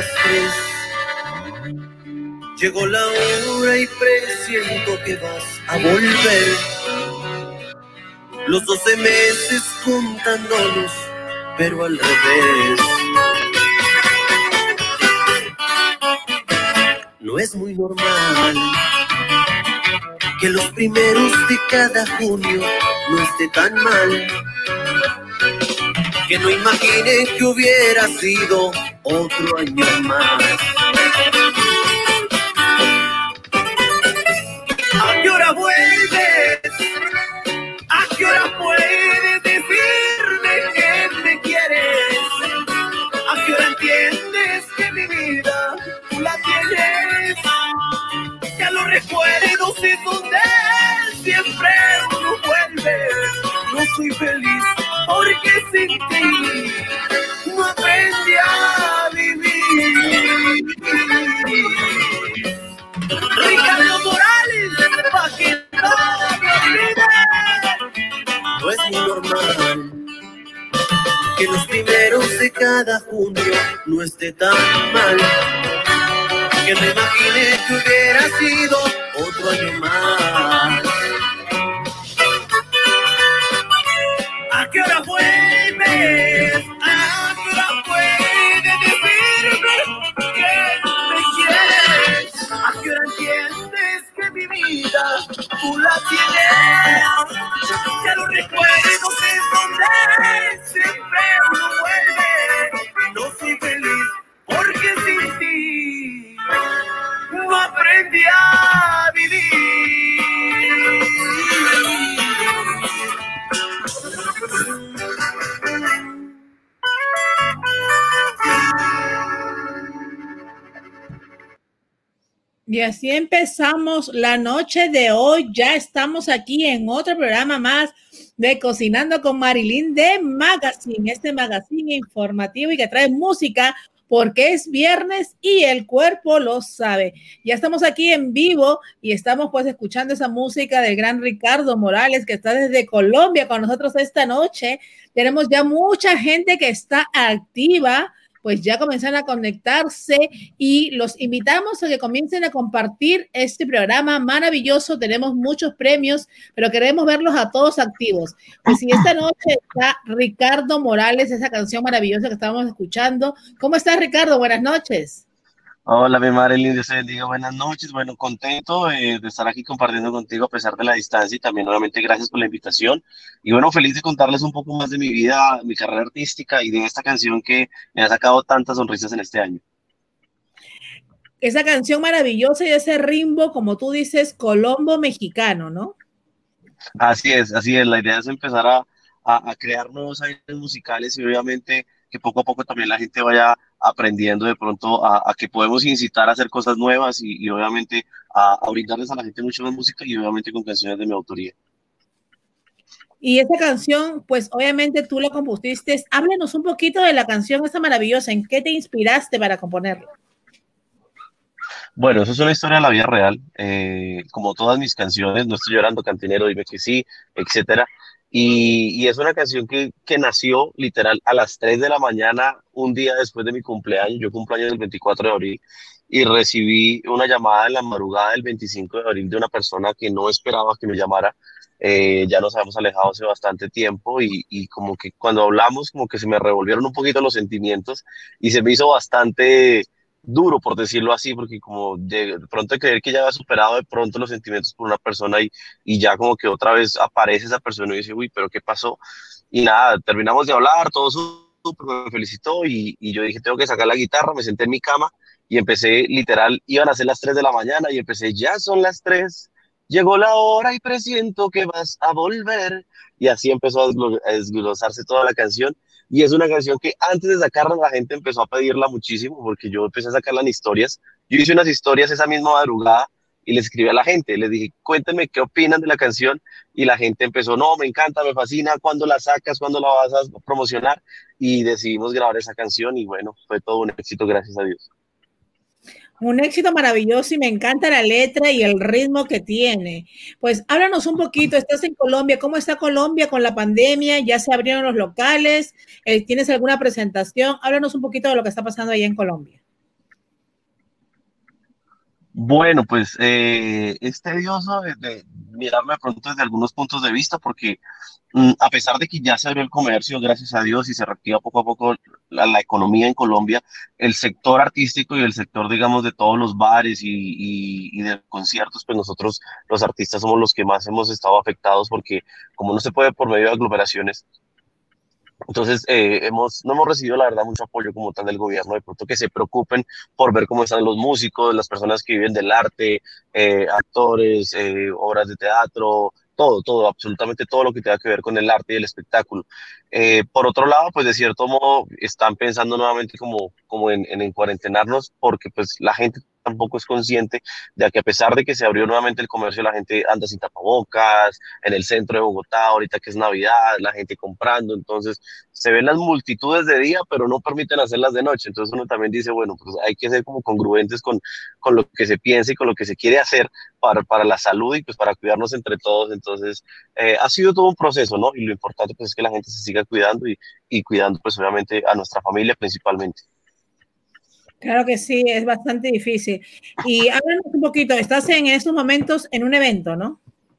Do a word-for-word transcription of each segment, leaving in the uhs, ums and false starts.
las tres. Llegó la hora y presiento que vas a volver. Los doce meses contándolos, pero al revés. No es muy normal que los primeros de cada junio no esté tan mal. Que no imaginé que hubiera sido otro año más. ¿A qué hora vuelves? ¿A qué hora puedes decirme que me quieres? ¿A qué hora entiendes que mi vida tú la tienes? Ya los recuerdos es donde siempre uno vuelve. No soy feliz porque sin ti no aprendí a vivir. Ricardo Morales, pa' que no me olvide. No es muy normal que los primeros de cada junio no esté tan mal. Que me imaginé que hubiera sido otro año más. ¿A qué hora vuelves? ¿A qué hora puedes decirme que me quieres? ¿A qué hora entiendes que mi vida tú la tienes? Ya los recuerdos es donde siempre uno vuelve. No soy feliz porque sin ti no aprendí a vivir. Y así empezamos la noche de hoy. Ya estamos aquí en otro programa más de Cocinando con Marilyn de Magazine, este magazine informativo y que trae música porque es viernes y el cuerpo lo sabe. Ya estamos aquí en vivo y estamos pues escuchando esa música del gran Ricardo Morales que está desde Colombia con nosotros esta noche. Tenemos ya mucha gente que está activa, pues ya comenzaron a conectarse y los invitamos a que comiencen a compartir este programa maravilloso. Tenemos muchos premios, pero queremos verlos a todos activos. Pues si esta noche está Ricardo Morales, esa canción maravillosa que estábamos escuchando. ¿Cómo estás, Ricardo? Buenas noches. Hola, mi Marilyn, Dios te bendiga, buenas noches. Bueno, contento eh, de estar aquí compartiendo contigo a pesar de la distancia y también nuevamente gracias por la invitación. Y bueno, feliz de contarles un poco más de mi vida, mi carrera artística y de esta canción que me ha sacado tantas sonrisas en este año. Esa canción maravillosa y ese ritmo, como tú dices, colombo mexicano, ¿no? Así es, así es. La idea es empezar a, a, a crear nuevos aires musicales y obviamente que poco a poco también la gente vaya aprendiendo de pronto a, a que podemos incitar a hacer cosas nuevas y, y obviamente a, a brindarles a la gente mucho más música y obviamente con canciones de mi autoría. Y esa canción, pues obviamente tú la compusiste. Háblanos un poquito de la canción esa maravillosa. ¿En qué te inspiraste para componerla? Bueno, eso es una historia de la vida real. Eh, como todas mis canciones, No estoy llorando, Cantinero, Dime que sí, etcétera. Y, y es una canción que, que nació literal a las tres de la mañana, un día después de mi cumpleaños. Yo cumpleaños el veinticuatro de abril y recibí una llamada en la madrugada del veinticinco de abril de una persona que no esperaba que me llamara. Eh, ya nos habíamos alejado hace bastante tiempo y, y como que cuando hablamos como que se me revolvieron un poquito los sentimientos y se me hizo bastante duro, por decirlo así, porque como de pronto de creer que ya había superado de pronto los sentimientos por una persona y, y ya como que otra vez aparece esa persona y dice, uy, pero ¿qué pasó? Y nada, terminamos de hablar, todo súper, me felicitó y, y yo dije, tengo que sacar la guitarra, me senté en mi cama y empecé, literal, iban a ser las tres de la mañana y empecé, ya son las tres, llegó la hora y presiento que vas a volver. Y así empezó a desglosarse toda la canción. Y es una canción que antes de sacarla la gente empezó a pedirla muchísimo porque yo empecé a sacarla en historias. Yo hice unas historias esa misma madrugada y le escribí a la gente. Les dije, cuéntenme qué opinan de la canción. Y la gente empezó, no, me encanta, me fascina. ¿Cuándo la sacas? ¿Cuándo la vas a promocionar? Y decidimos grabar esa canción y bueno, fue todo un éxito, gracias a Dios. Un éxito maravilloso y me encanta la letra y el ritmo que tiene. Pues háblanos un poquito, estás en Colombia, ¿cómo está Colombia con la pandemia? ¿Ya se abrieron los locales? ¿Tienes alguna presentación? Háblanos un poquito de lo que está pasando allá en Colombia. Bueno, pues eh, es tedioso de, de mirarlo de pronto desde algunos puntos de vista porque mm, a pesar de que ya se abrió el comercio, gracias a Dios, y se reactiva poco a poco la, la economía en Colombia, el sector artístico y el sector, digamos, de todos los bares y, y, y de conciertos, pues nosotros los artistas somos los que más hemos estado afectados porque como no se puede por medio de aglomeraciones, entonces, eh, hemos, no hemos recibido, la verdad, mucho apoyo como tal del gobierno, de pronto que se preocupen por ver cómo están los músicos, las personas que viven del arte, eh, actores, eh, obras de teatro, todo, todo, absolutamente todo lo que tenga que ver con el arte y el espectáculo. Eh, por otro lado, pues de cierto modo están pensando nuevamente como, como en, en, en cuarentenarnos porque pues la gente tampoco es consciente de que a pesar de que se abrió nuevamente el comercio, la gente anda sin tapabocas, en el centro de Bogotá, ahorita que es Navidad, la gente comprando, entonces se ven las multitudes de día, pero no permiten hacerlas de noche. Entonces uno también dice, bueno, pues hay que ser como congruentes con, con lo que se piensa y con lo que se quiere hacer para, para la salud y pues para cuidarnos entre todos. Entonces eh, ha sido todo un proceso, ¿no? Y lo importante pues es que la gente se siga cuidando y, y cuidando pues obviamente a nuestra familia principalmente. Claro que sí, es bastante difícil. Y háblanos un poquito, estás en estos momentos en un evento, ¿no?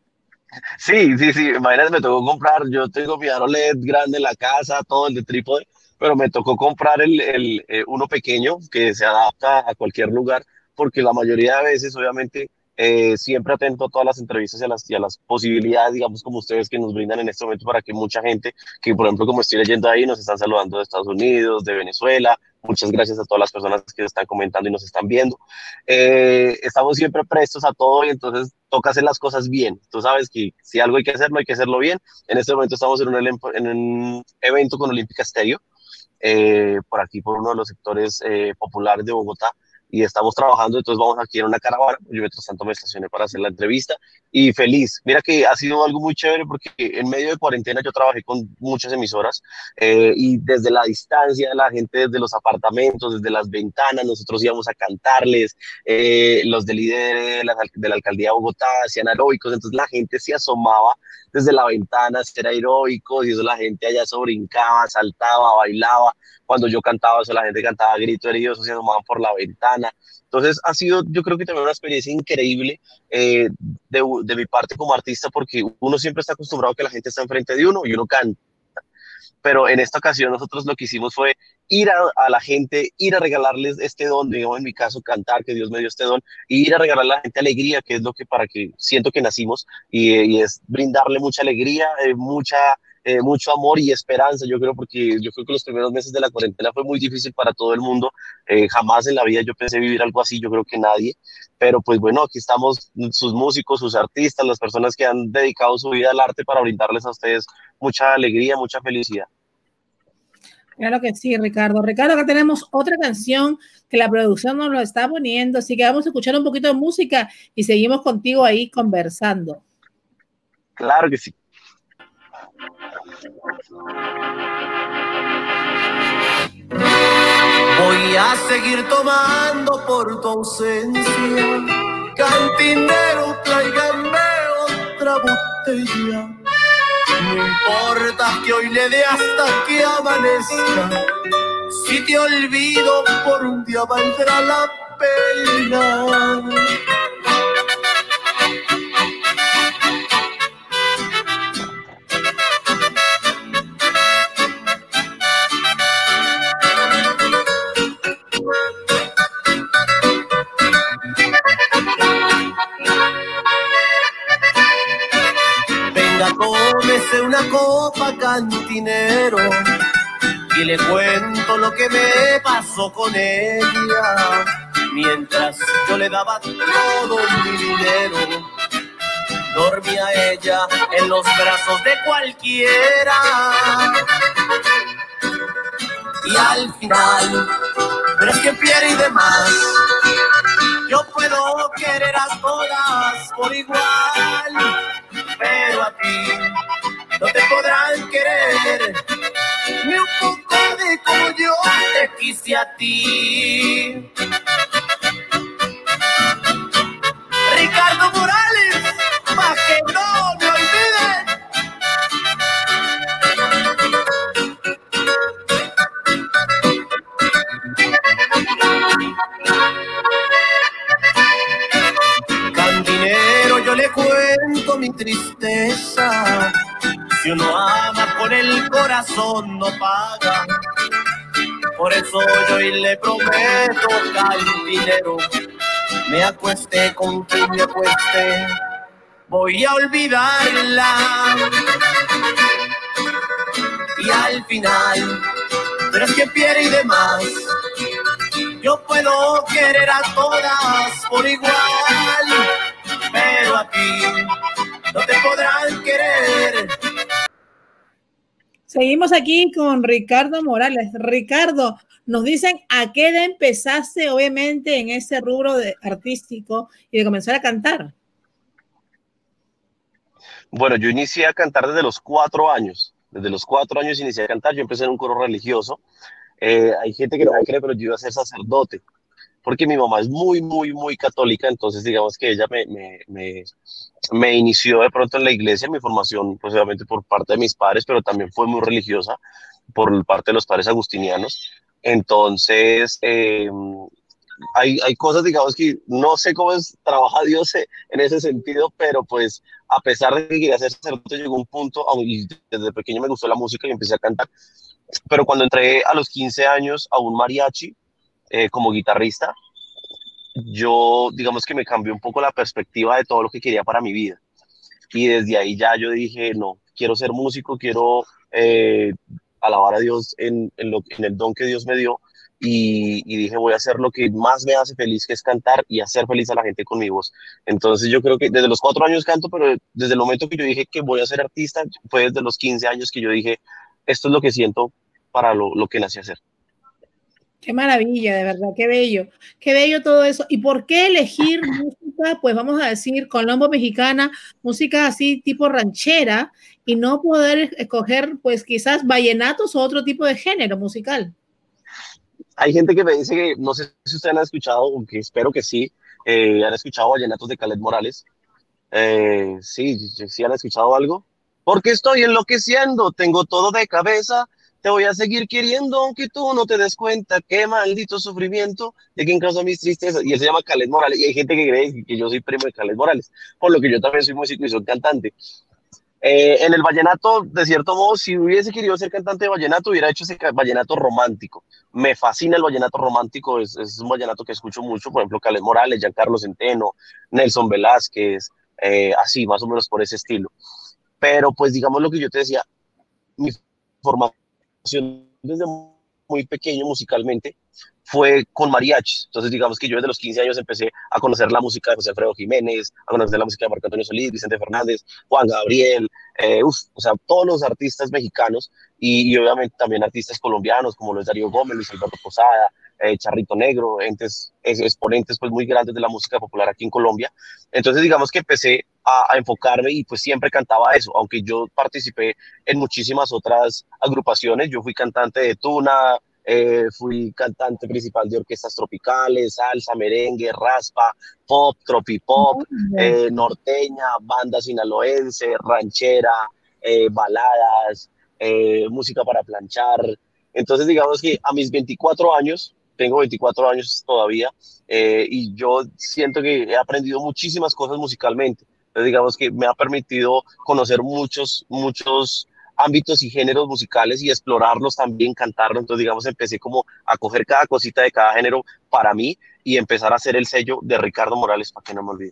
Sí, sí, sí, imagínate, me tocó comprar, yo tengo mi aro L E D grande en la casa, todo el de trípode, pero me tocó comprar el, el eh, uno pequeño que se adapta a cualquier lugar, porque la mayoría de veces, obviamente, eh, siempre atento a todas las entrevistas y a las, y a las posibilidades, digamos, como ustedes que nos brindan en este momento para que mucha gente, que por ejemplo, como estoy leyendo ahí, nos están saludando de Estados Unidos, de Venezuela, muchas gracias a todas las personas que están comentando y nos están viendo. Eh, estamos siempre prestos a todo y entonces toca hacer las cosas bien. Tú sabes que si algo hay que hacerlo, hay que hacerlo bien. En este momento estamos en un, en un evento con Olímpica Estéreo, eh, por aquí, por uno de los sectores eh, populares de Bogotá, y estamos trabajando, entonces vamos aquí en una caravana, yo mientras tanto me estacioné para hacer la entrevista, y feliz, mira que ha sido algo muy chévere, porque en medio de cuarentena yo trabajé con muchas emisoras, eh, y desde la distancia, la gente desde los apartamentos, desde las ventanas, nosotros íbamos a cantarles, eh, los del líder de la, de la alcaldía de Bogotá hacían aeróbicos, entonces la gente se asomaba desde la ventana a hacer aeróbicos, y eso la gente allá eso brincaba, saltaba, bailaba, cuando yo cantaba, eso la gente cantaba a grito herido, eso se asomaban por la ventana. Entonces ha sido, yo creo que también una experiencia increíble eh, de, de mi parte como artista, porque uno siempre está acostumbrado a que la gente está enfrente de uno y uno canta. Pero en esta ocasión nosotros lo que hicimos fue ir a, a la gente, ir a regalarles este don, digamos en mi caso cantar, que Dios me dio este don, y ir a regalarle a la gente alegría, que es lo que para que siento que nacimos, y, y es brindarle mucha alegría, eh, mucha eh, mucho amor y esperanza, yo creo, porque yo creo que los primeros meses de la cuarentena fue muy difícil para todo el mundo, eh, jamás en la vida yo pensé vivir algo así, yo creo que nadie, pero pues bueno, aquí estamos sus músicos, sus artistas, las personas que han dedicado su vida al arte para brindarles a ustedes mucha alegría, mucha felicidad. Claro que sí, Ricardo. Ricardo, acá tenemos otra canción que la producción nos lo está poniendo, así que vamos a escuchar un poquito de música y seguimos contigo ahí conversando. Claro que sí. Voy a seguir tomando por tu ausencia. Cantinero, tráigame otra botella. No importa que hoy le dé hasta que amanezca. Si te olvido por un día valdrá la pena. Tómese una copa, cantinero, y le cuento lo que me pasó con ella. Mientras yo le daba todo mi dinero, dormía ella en los brazos de cualquiera. Y al final, pero es que pierde y demás, yo puedo querer a todas por igual, pero a ti no te podrán querer ni un poco de como yo te quise a ti. Ricardo Morales, pa' que no me olvide. el corazón no paga. Por eso yo hoy le prometo, cantinero, me acueste con quien me acueste, voy a olvidarla. Y al final, tú eres quien pierde y demás. Yo puedo querer a todas por igual, pero a ti no te podrán querer. Seguimos aquí con Ricardo Morales. Ricardo, nos dicen a qué edad empezaste, obviamente, en ese rubro de artístico y de comenzar a cantar. Bueno, yo inicié a cantar desde los cuatro años. Desde los cuatro años inicié a cantar. Yo empecé en un coro religioso. Eh, hay gente que no me cree, pero yo iba a ser sacerdote, porque mi mamá es muy, muy, muy católica. Entonces, digamos que ella me, me, me, me inició de pronto en la iglesia, mi formación, pues obviamente por parte de mis padres, pero también fue muy religiosa por parte de los padres agustinianos. Entonces, eh, hay, hay cosas, digamos, que no sé cómo es, trabaja Dios en ese sentido, pero pues a pesar de que quería ser sacerdote, llegó un punto, y desde pequeño me gustó la música y empecé a cantar, pero cuando entré a los quince años a un mariachi eh, como guitarrista, yo, digamos que me cambió un poco la perspectiva de todo lo que quería para mi vida. Y desde ahí ya yo dije, no, quiero ser músico, quiero eh, alabar a Dios en, en, lo, en el don que Dios me dio. Y, y dije, voy a hacer lo que más me hace feliz, que es cantar y hacer feliz a la gente con mi voz. Entonces yo creo que desde los cuatro años canto, pero desde el momento que yo dije que voy a ser artista, fue desde los quince años que yo dije, esto es lo que siento para lo, lo que nací a hacer. Qué maravilla, de verdad, qué bello, qué bello todo eso. ¿Y por qué elegir música, pues vamos a decir, colombo mexicana, música así tipo ranchera, y no poder escoger, pues quizás vallenatos o otro tipo de género musical? Hay gente que me dice que, no sé si ustedes han escuchado, aunque espero que sí, eh, han escuchado vallenatos de Caled Morales. Eh, sí, sí han escuchado algo. Porque estoy enloqueciendo, tengo todo de cabeza. Te voy a seguir queriendo aunque tú no te des cuenta. Qué maldito sufrimiento de quien causó mis tristezas. Y él se llama Caled Morales. Y hay gente que cree que yo soy primo de Caled Morales, por lo que yo también soy músico y soy cantante. Eh, en el vallenato, de cierto modo, si hubiese querido ser cantante de vallenato, hubiera hecho ese vallenato romántico. Me fascina el vallenato romántico, es, es un vallenato que escucho mucho, por ejemplo, Caled Morales, Giancarlo Centeno, Nelson Velázquez, eh, así, más o menos por ese estilo. Pero pues digamos lo que yo te decía, mi formación desde muy pequeño musicalmente fue con mariachis. Entonces digamos que yo desde los quince años empecé a conocer la música de José Alfredo Jiménez, a conocer la música de Marco Antonio Solís, Vicente Fernández, Juan Gabriel, eh, uf, o sea, todos los artistas mexicanos y, y obviamente también artistas colombianos como Luis Darío Gómez, Luis Alberto Posada, eh, Charrito Negro, entes, exponentes pues muy grandes de la música popular aquí en Colombia. Entonces digamos que empecé a, a enfocarme y pues siempre cantaba eso, aunque yo participé en muchísimas otras agrupaciones. Yo fui cantante de tuna, eh, fui cantante principal de orquestas tropicales, salsa, merengue, raspa, pop, tropipop, eh, norteña, banda sinaloense, ranchera, eh, baladas, eh, música para planchar. Entonces digamos que a mis veinticuatro años, tengo veinticuatro años todavía, eh, y yo siento que he aprendido muchísimas cosas musicalmente. Entonces digamos que me ha permitido conocer muchos, muchos ámbitos y géneros musicales y explorarlos también, cantarlos. Entonces digamos empecé como a coger cada cosita de cada género para mí y empezar a hacer el sello de Ricardo Morales, para que no me olvide.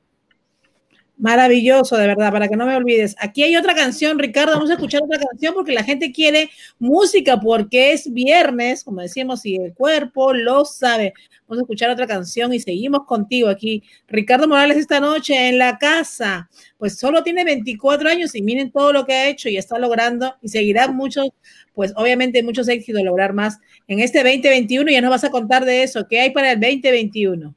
Maravilloso, de verdad, para que no me olvides. Aquí hay otra canción, Ricardo, vamos a escuchar otra canción porque la gente quiere música, porque es viernes, como decíamos, y el cuerpo lo sabe. Vamos a escuchar otra canción y seguimos contigo aquí. Ricardo Morales esta noche en la casa, pues solo tiene veinticuatro años y miren todo lo que ha hecho y está logrando y seguirá muchos, pues obviamente muchos éxitos, lograr más en este veinte veintiuno. Ya nos vas a contar de eso. ¿Qué hay para el veinte veintiuno?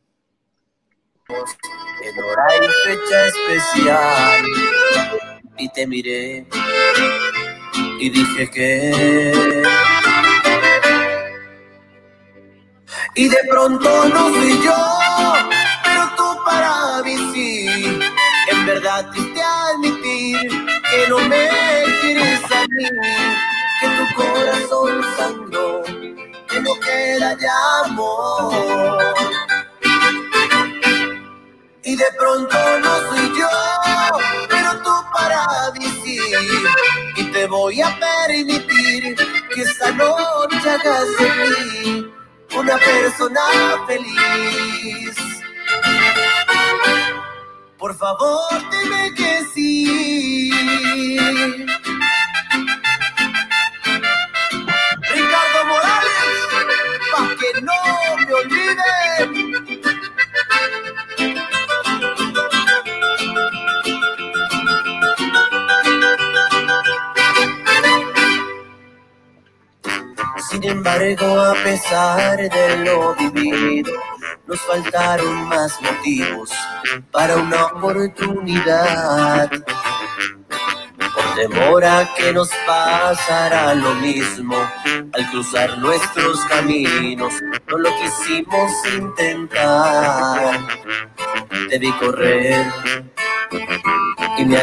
En hora y fecha especial y te miré y dije que y de pronto no fui yo, pero tú para mí sí. En verdad triste admitir que no me quieres a mí, que tu corazón sangró, que no queda ya amor. Y de pronto no soy yo, pero tú para mí sí, y te voy voy a permitir que esta noche hagas de mí una persona feliz. Por favor, dime que sí. Ricardo Morales, pa' que no me olviden. Sin embargo, a pesar de lo vivido, nos faltaron más motivos para una oportunidad. Por temor a que nos pasara lo mismo, al cruzar nuestros caminos, no lo quisimos intentar. Debí correr y me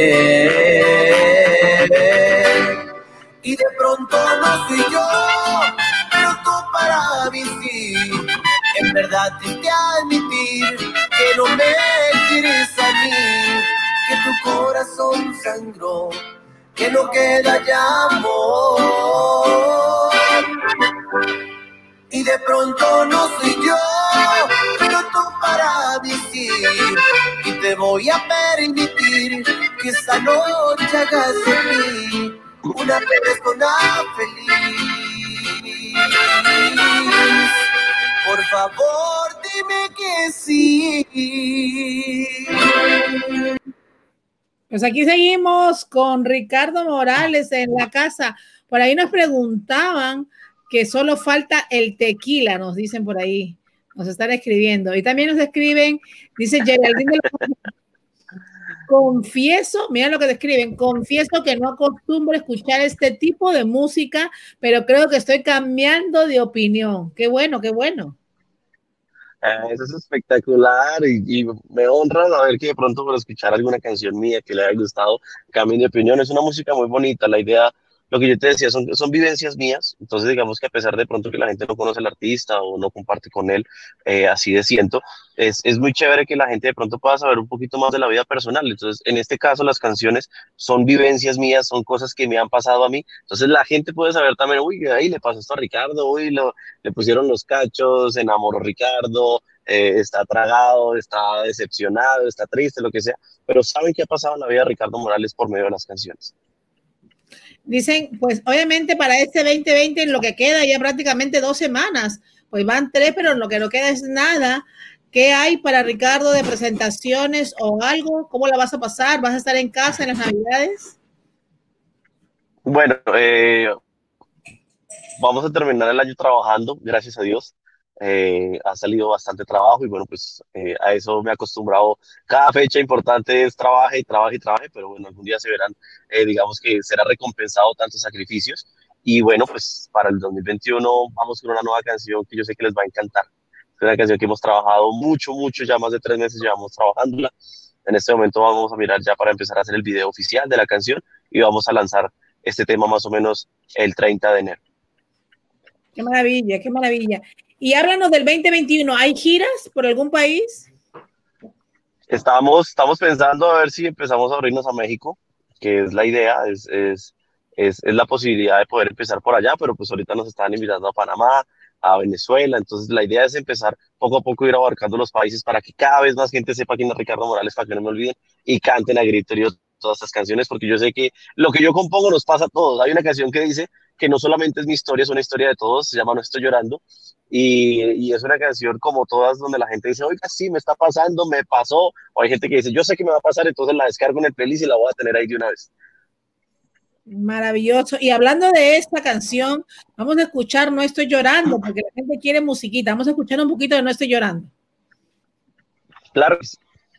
alejé. Y de pronto no fui yo, pero tú para mí sí. En verdad tienes que admitir que no me quieres a mí, que tu corazón sangró, que no queda ya amor. Y de pronto no soy yo, pero tú para mí sí. Y te voy a permitir que esta noche hagas de mí una persona feliz. Por favor, dime que sí. Pues aquí seguimos con Ricardo Morales en la casa. Por ahí nos preguntaban que solo falta el tequila, nos dicen por ahí. Nos están escribiendo. Y también nos escriben, dice Geraldine de la... Confieso, mira lo que describen, confieso que no acostumbro a escuchar este tipo de música, pero creo que estoy cambiando de opinión. Qué bueno, qué bueno. Eh, eso es espectacular y, y me honra saber que de pronto por escuchar alguna canción mía que le haya gustado, cambien de opinión. Es una música muy bonita, la idea, lo que yo te decía, son, son vivencias mías, entonces digamos que a pesar de pronto que la gente no conoce al artista o no comparte con él, eh, así de siento, es, es muy chévere que la gente de pronto pueda saber un poquito más de la vida personal. Entonces, en este caso, las canciones son vivencias mías, son cosas que me han pasado a mí, entonces la gente puede saber también, uy, ahí le pasó esto a Ricardo, uy, lo, le pusieron los cachos, se enamoró Ricardo, eh, está tragado, está decepcionado, está triste, lo que sea, pero saben qué ha pasado en la vida de Ricardo Morales por medio de las canciones. Dicen, pues obviamente para este veinte veinte en lo que queda ya prácticamente dos semanas, pues van tres, pero lo que no queda es nada. ¿Qué hay para Ricardo de presentaciones o algo? ¿Cómo la vas a pasar? ¿Vas a estar en casa en las Navidades? Bueno, eh, vamos a terminar el año trabajando, gracias a Dios. Eh, ha salido bastante trabajo y bueno, pues eh, a eso me he acostumbrado. Cada fecha importante es trabaje y trabaje y trabaje, pero bueno, algún día se verán, eh, digamos que será recompensado tantos sacrificios. Y bueno, pues para el dos mil veintiuno vamos con una nueva canción que yo sé que les va a encantar. Es una canción que hemos trabajado mucho, mucho, ya más de tres meses llevamos trabajándola. En este momento vamos a mirar ya para empezar a hacer el video oficial de la canción y vamos a lanzar este tema más o menos el treinta de enero. Qué maravilla, qué maravilla. Y háblanos del veinte veintiuno. ¿Hay giras por algún país? Estamos, estamos pensando a ver si empezamos a abrirnos a México, que es la idea, es, es, es, es la posibilidad de poder empezar por allá, pero pues ahorita nos están invitando a Panamá, a Venezuela, entonces la idea es empezar poco a poco a ir abarcando los países para que cada vez más gente sepa quién es Ricardo Morales, para que no me olviden y canten a grito herido todas estas canciones, porque yo sé que lo que yo compongo nos pasa a todos. Hay una canción que dice que no solamente es mi historia, es una historia de todos, se llama No Estoy Llorando, y, y es una canción como todas donde la gente dice, oiga, sí, me está pasando, me pasó, o hay gente que dice, yo sé que me va a pasar, entonces la descargo en el playlist y la voy a tener ahí de una vez. Maravilloso. Y hablando de esta canción, vamos a escuchar No Estoy Llorando, porque la gente quiere musiquita. Vamos a escuchar un poquito de No Estoy Llorando. Claro que sí.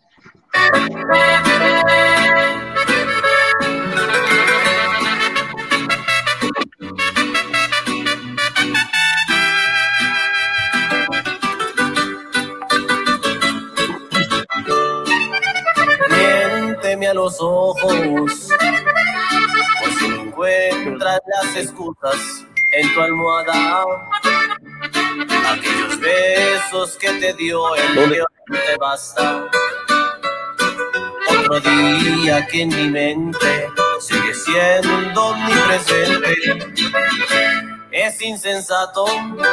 Miénteme a los ojos, por si no encuentras las excusas en tu almohada. Aquellos besos que te dio el Dios te basta. Otro día que en mi mente sigue siendo omnipresente. Es insensato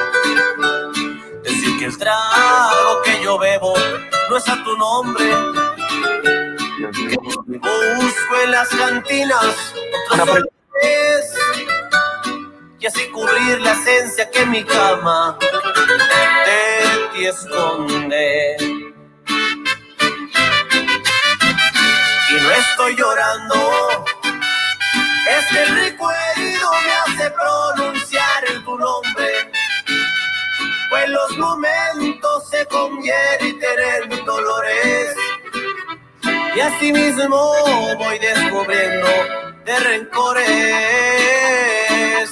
decir que el trago que yo bebo no es a tu nombre. Busco en las cantinas otros hombres y así cubrir la esencia que mi cama de ti esconde. Y no estoy llorando, es que el recuerdo me hace pronunciar tu nombre, pues los momentos se convierten en dolores. Y así mismo voy descubriendo de rencores.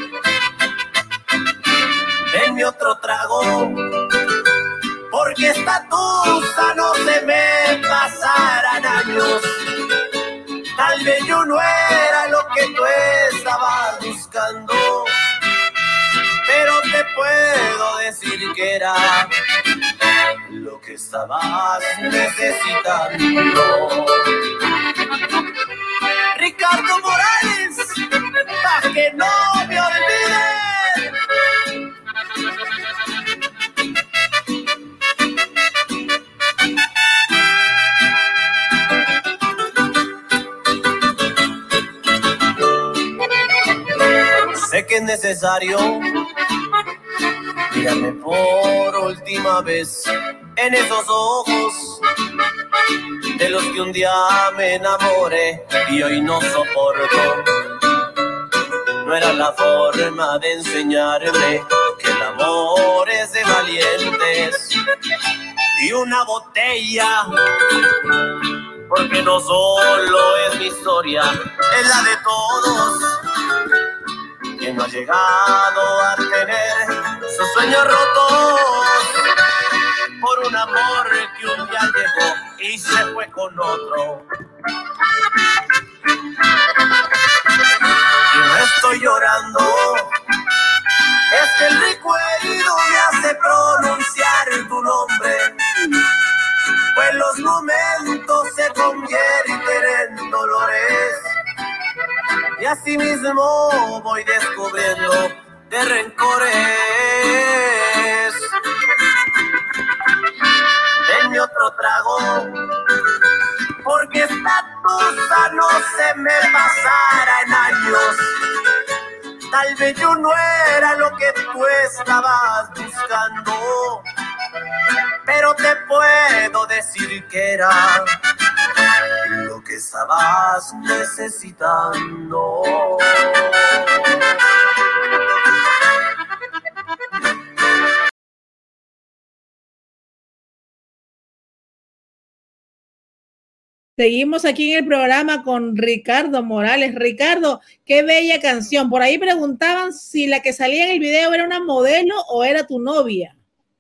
Denme otro trago, porque esta tusa no se me pasarán años. Tal vez yo no era lo que tú estabas buscando, pero te puedo decir que era lo que estabas necesitando. Ricardo Morales, para que no me olviden. Sé que es necesario mírame por última vez en esos ojos de los que un día me enamoré y hoy no soporto. No era la forma de enseñarme que el amor es de valientes y una botella, porque no solo es mi historia, es la de todos. Que no ha llegado a tener sus sueños rotos por un amor que un día llegó y se fue con otro. Y no estoy llorando, es que el recuerdo me hace pronunciar tu nombre, pues los momentos se convierten en dolores. Y así mismo voy descubriendo de rencores. Denme otro trago, porque esta tusa no se me pasara en años. Tal vez yo no era lo que tú estabas buscando, pero te puedo decir que era lo que estabas necesitando. Seguimos aquí en el programa con Ricardo Morales. Ricardo, qué bella canción. Por ahí preguntaban si la que salía en el video era una modelo o era tu novia.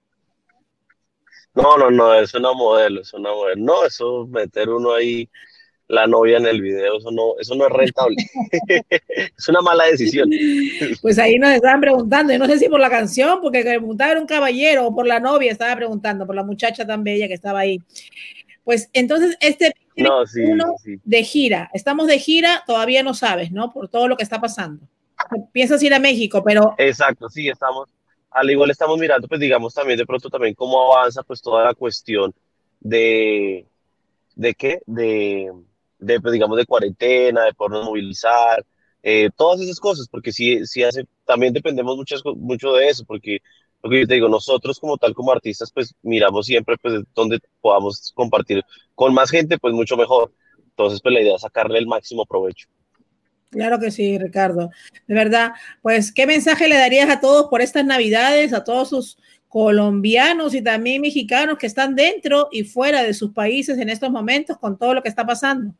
No, no, no, es una modelo, es una modelo. No, eso meter uno ahí la novia en el video, eso no, eso no es rentable. Es una mala decisión. Pues ahí nos estaban preguntando, yo no sé si por la canción, porque preguntaba era un caballero, o por la novia, estaba preguntando, por la muchacha tan bella que estaba ahí. Pues entonces este no, sí, uno sí. de gira, estamos de gira, todavía no sabes, ¿no? Por todo lo que está pasando. Piensas ir a México, pero... Exacto, sí, estamos, al igual estamos mirando, pues digamos también de pronto también cómo avanza pues toda la cuestión de, ¿de qué? De, de pues digamos de cuarentena, de podernos movilizar, eh, todas esas cosas, porque sí, sí hace, también dependemos muchas, mucho de eso, porque lo que yo te digo, nosotros como tal, como artistas, pues miramos siempre pues donde podamos compartir con más gente, pues mucho mejor. Entonces, pues la idea es sacarle el máximo provecho. Claro que sí, Ricardo. De verdad, pues, ¿qué mensaje le darías a todos por estas Navidades, a todos sus colombianos y también mexicanos que están dentro y fuera de sus países en estos momentos con todo lo que está pasando?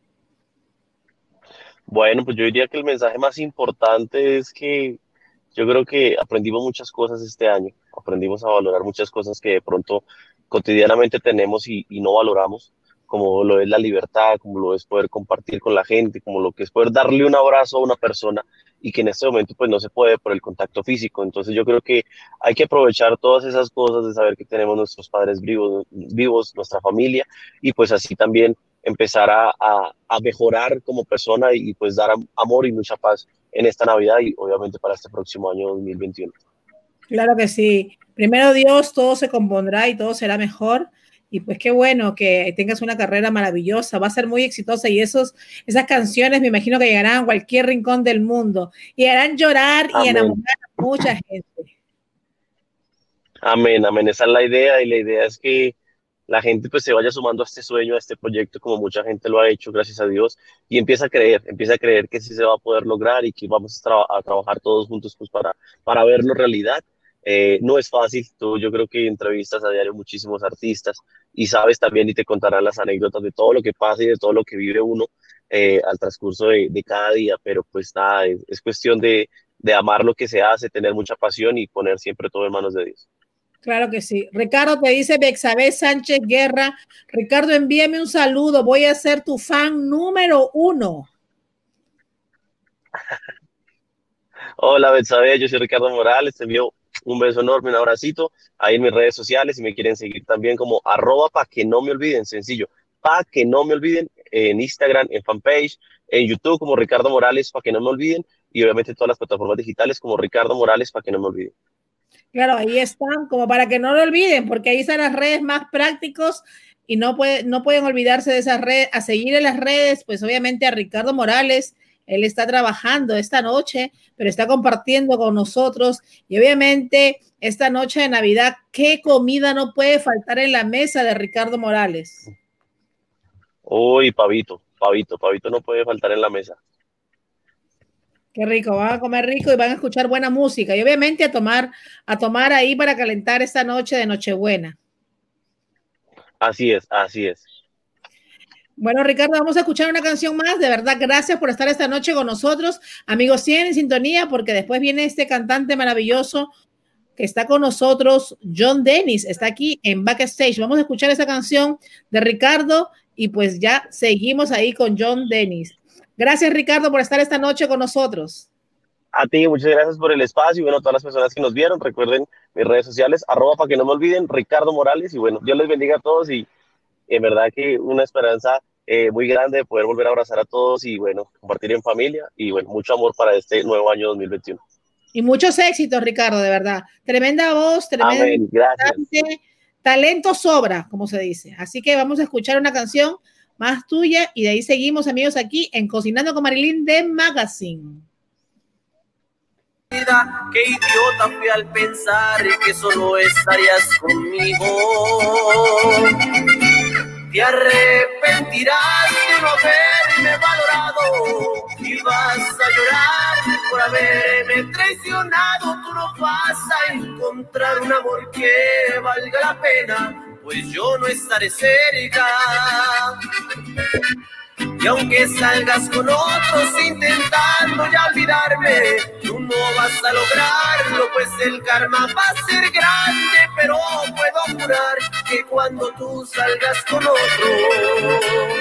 Bueno, pues yo diría que el mensaje más importante es que yo creo que aprendimos muchas cosas este año, aprendimos a valorar muchas cosas que de pronto cotidianamente tenemos y, y no valoramos, como lo es la libertad, como lo es poder compartir con la gente, como lo que es poder darle un abrazo a una persona y que en este momento pues no se puede por el contacto físico. Entonces yo creo que hay que aprovechar todas esas cosas de saber que tenemos nuestros padres vivos, vivos, nuestra familia, y pues así también empezar a, a, a mejorar como persona y, y pues dar amor y mucha paz en esta Navidad y obviamente para este próximo año dos mil veintiuno. Claro que sí. Primero Dios, todo se compondrá y todo será mejor. Y pues qué bueno que tengas una carrera maravillosa, va a ser muy exitosa y esos, esas canciones me imagino que llegarán a cualquier rincón del mundo y harán llorar y Amén. enamorar a mucha gente. Amén, amén. Esa es la idea y la idea es que la gente pues se vaya sumando a este sueño, a este proyecto, como mucha gente lo ha hecho, gracias a Dios, y empieza a creer, empieza a creer que sí se va a poder lograr y que vamos a, tra a trabajar todos juntos pues para, para verlo realidad. Eh, no es fácil, tú yo creo que entrevistas a diario muchísimos artistas y sabes también y te contarán las anécdotas de todo lo que pasa y de todo lo que vive uno eh, al transcurso de, de cada día, pero pues nada, es, es cuestión de, de amar lo que se hace, tener mucha pasión y poner siempre todo en manos de Dios. Claro que sí. Ricardo te dice Bexabé Sánchez Guerra. Ricardo, envíame un saludo. Voy a ser tu fan número uno. Hola, Betsabe, yo soy Ricardo Morales. Te envío un beso enorme, un abracito. Ahí en mis redes sociales, si me quieren seguir también como arroba para que no me olviden, sencillo. Para que no me olviden, en Instagram, en fanpage, en YouTube como Ricardo Morales, para que no me olviden. Y obviamente todas las plataformas digitales como Ricardo Morales, para que no me olviden. Claro, ahí están, como para que no lo olviden, porque ahí están las redes más prácticos y no, puede, no pueden olvidarse de esas redes, a seguir en las redes, pues obviamente a Ricardo Morales, él está trabajando esta noche, pero está compartiendo con nosotros y obviamente esta noche de Navidad, ¿qué comida no puede faltar en la mesa de Ricardo Morales? Uy, pavito, pavito, pavito no puede faltar en la mesa. Qué rico, van a comer rico y van a escuchar buena música y obviamente a tomar, a tomar ahí para calentar esta noche de Nochebuena. Así es, así es. Bueno, Ricardo, vamos a escuchar una canción más. De verdad, gracias por estar esta noche con nosotros. Amigos, siguen en sintonía porque después viene este cantante maravilloso que está con nosotros, John Dennis, está aquí en Backstage. Vamos a escuchar esa canción de Ricardo y pues ya seguimos ahí con John Dennis. Gracias, Ricardo, por estar esta noche con nosotros. A ti, muchas gracias por el espacio y bueno, a todas las personas que nos vieron, recuerden mis redes sociales, arroba para que no me olviden, Ricardo Morales y bueno, Dios les bendiga a todos y en verdad que una esperanza eh, muy grande de poder volver a abrazar a todos y bueno, compartir en familia y bueno, mucho amor para este nuevo año dos mil veintiuno. Y muchos éxitos, Ricardo, de verdad. Tremenda voz, tremenda Amén, gracias. Talento sobra, como se dice. Así que vamos a escuchar una canción más tuya y de ahí seguimos, amigos, aquí en Cocinando con Marilyn de Magazine. Qué idiota fui al pensar que solo estarías conmigo. Te arrepentirás de no haberme valorado y vas a llorar por haberme traicionado. Tú no vas a encontrar un amor que valga la pena, pues yo no estaré cerca. Y aunque salgas con otros intentando ya olvidarme, tú no vas a lograrlo, pues el karma va a ser grande. Pero puedo jurar que cuando tú salgas con otro,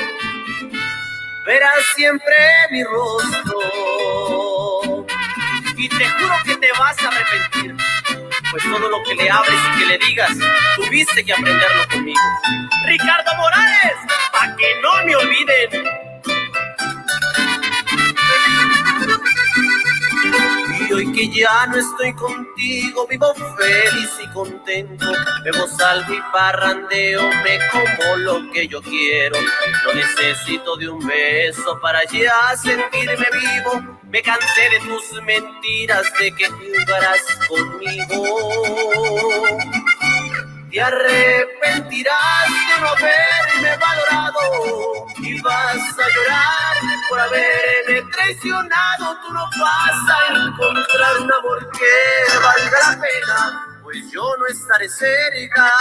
verás siempre mi rostro. Y te juro que te vas a arrepentir, pues todo lo que le hables y que le digas, tuviste que aprenderlo conmigo. Ricardo Morales, pa' que no me olviden. Y hoy que ya no estoy contigo, vivo feliz y contento. Bebo, salgo y parrandeo, me como lo que yo quiero. No necesito de un beso para ya sentirme vivo. Me cansé de tus mentiras, de que jugarás conmigo. Te arrepentirás de no haberme valorado y vas a llorar por haberme traicionado. Tú no vas a encontrar un amor que valga la pena, pues yo no estaré cerca.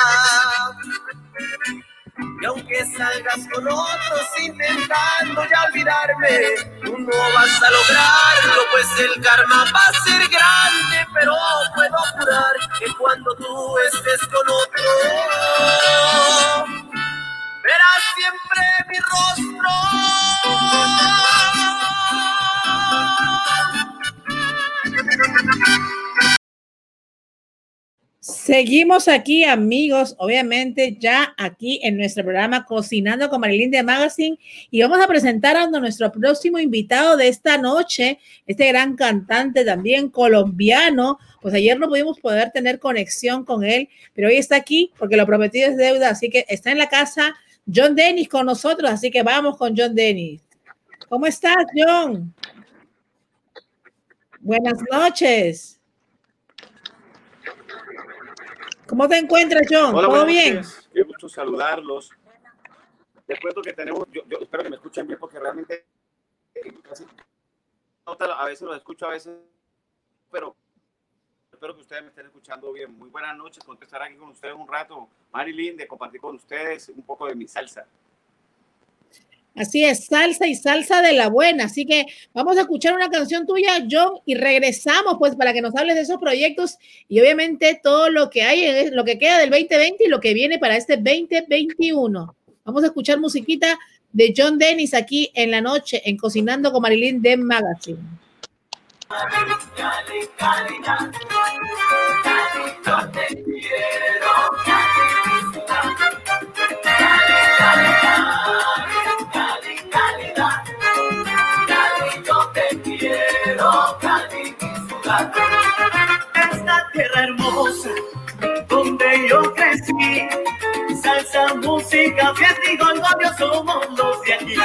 Y aunque salgas con otros intentando ya olvidarme, tú no vas a lograrlo, pues el karma va a ser grande. Pero puedo jurar que cuando tú estés con otro, verás siempre mi rostro. Seguimos aquí, amigos, obviamente ya aquí en nuestro programa Cocinando con Marilyn de Magazine, y vamos a presentar a nuestro próximo invitado de esta noche, este gran cantante también colombiano. Pues ayer no pudimos poder tener conexión con él, pero hoy está aquí porque lo prometido es deuda, así que está en la casa John Dennis con nosotros, así que vamos con John Dennis. ¿Cómo estás, John? Buenas noches. ¿Cómo te encuentras, John? Hola, ¿Todo buenas bien? noches. Qué gusto saludarlos. Les cuento que tenemos, yo, yo espero que me escuchen bien porque realmente casi, a veces los escucho, a veces, pero espero que ustedes me estén escuchando bien. Muy buenas noches, con estar aquí con ustedes un rato, Marilyn, de compartir con ustedes un poco de mi salsa. Así es, salsa y salsa de la buena. Así que vamos a escuchar una canción tuya, John, y regresamos pues para que nos hables de esos proyectos y obviamente todo lo que hay, lo que queda del veinte veinte y lo que viene para este veinte veintiuno. Vamos a escuchar musiquita de John Dennis aquí en la noche en Cocinando con Marilyn de Magazine. Cali, Cali, Cali, Cali, yo te quiero, Cali, Cali, Cali, Cali, Cali, Cali, yo te quiero, Cali, mi ciudad. Esta tierra hermosa donde yo crecí, salsa, música, fiesta y golgoteo somos los de aquí.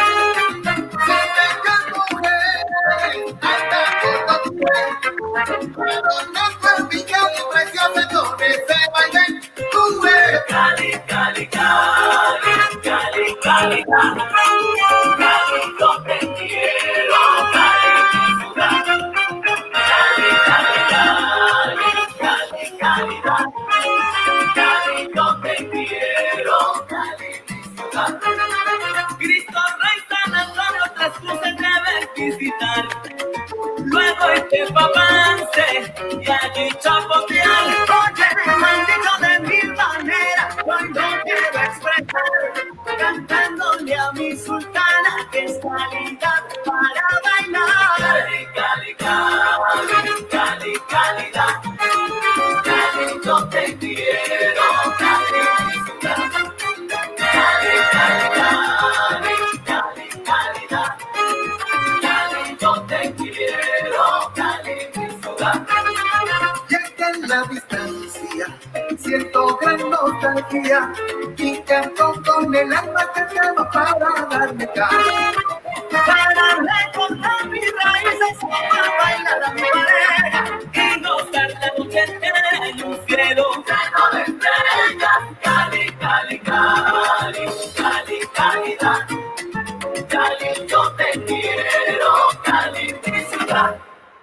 Cali, Cali, Cali, Cali, Cali, Cali, Cali, yo te quiero, Cali, mi ciudad. Cali, Cali, Cali, Cali, Cali, Cali, yo te quiero, Cali, mi ciudad. Cristo Rey, San Antonio, otras cruces debes visitar. Luego este papance y allí chapotear. Oye, maldito de mil maneras, cuando quiero expresar, cantándole a mi sultana, que es calidad para bailar. Cali, Cali, Cali, Cali, calidad. Cali, yo te quiero, Cali, mi ciudad. Cali, Cali, Cali, Cali, calidad. Cali, yo te quiero, Cali, mi ciudad. Ya que en la distancia siento gran nostalgia y canto con el alma que tengo para darme cara. Para recordar mis raíces, para bailar a mi pareja y gozar la noche entera en un cielo lleno de estrellas. Cali, Cali, Cali, Cali, calidad. Cali, yo te quiero, Cali, mi ciudad.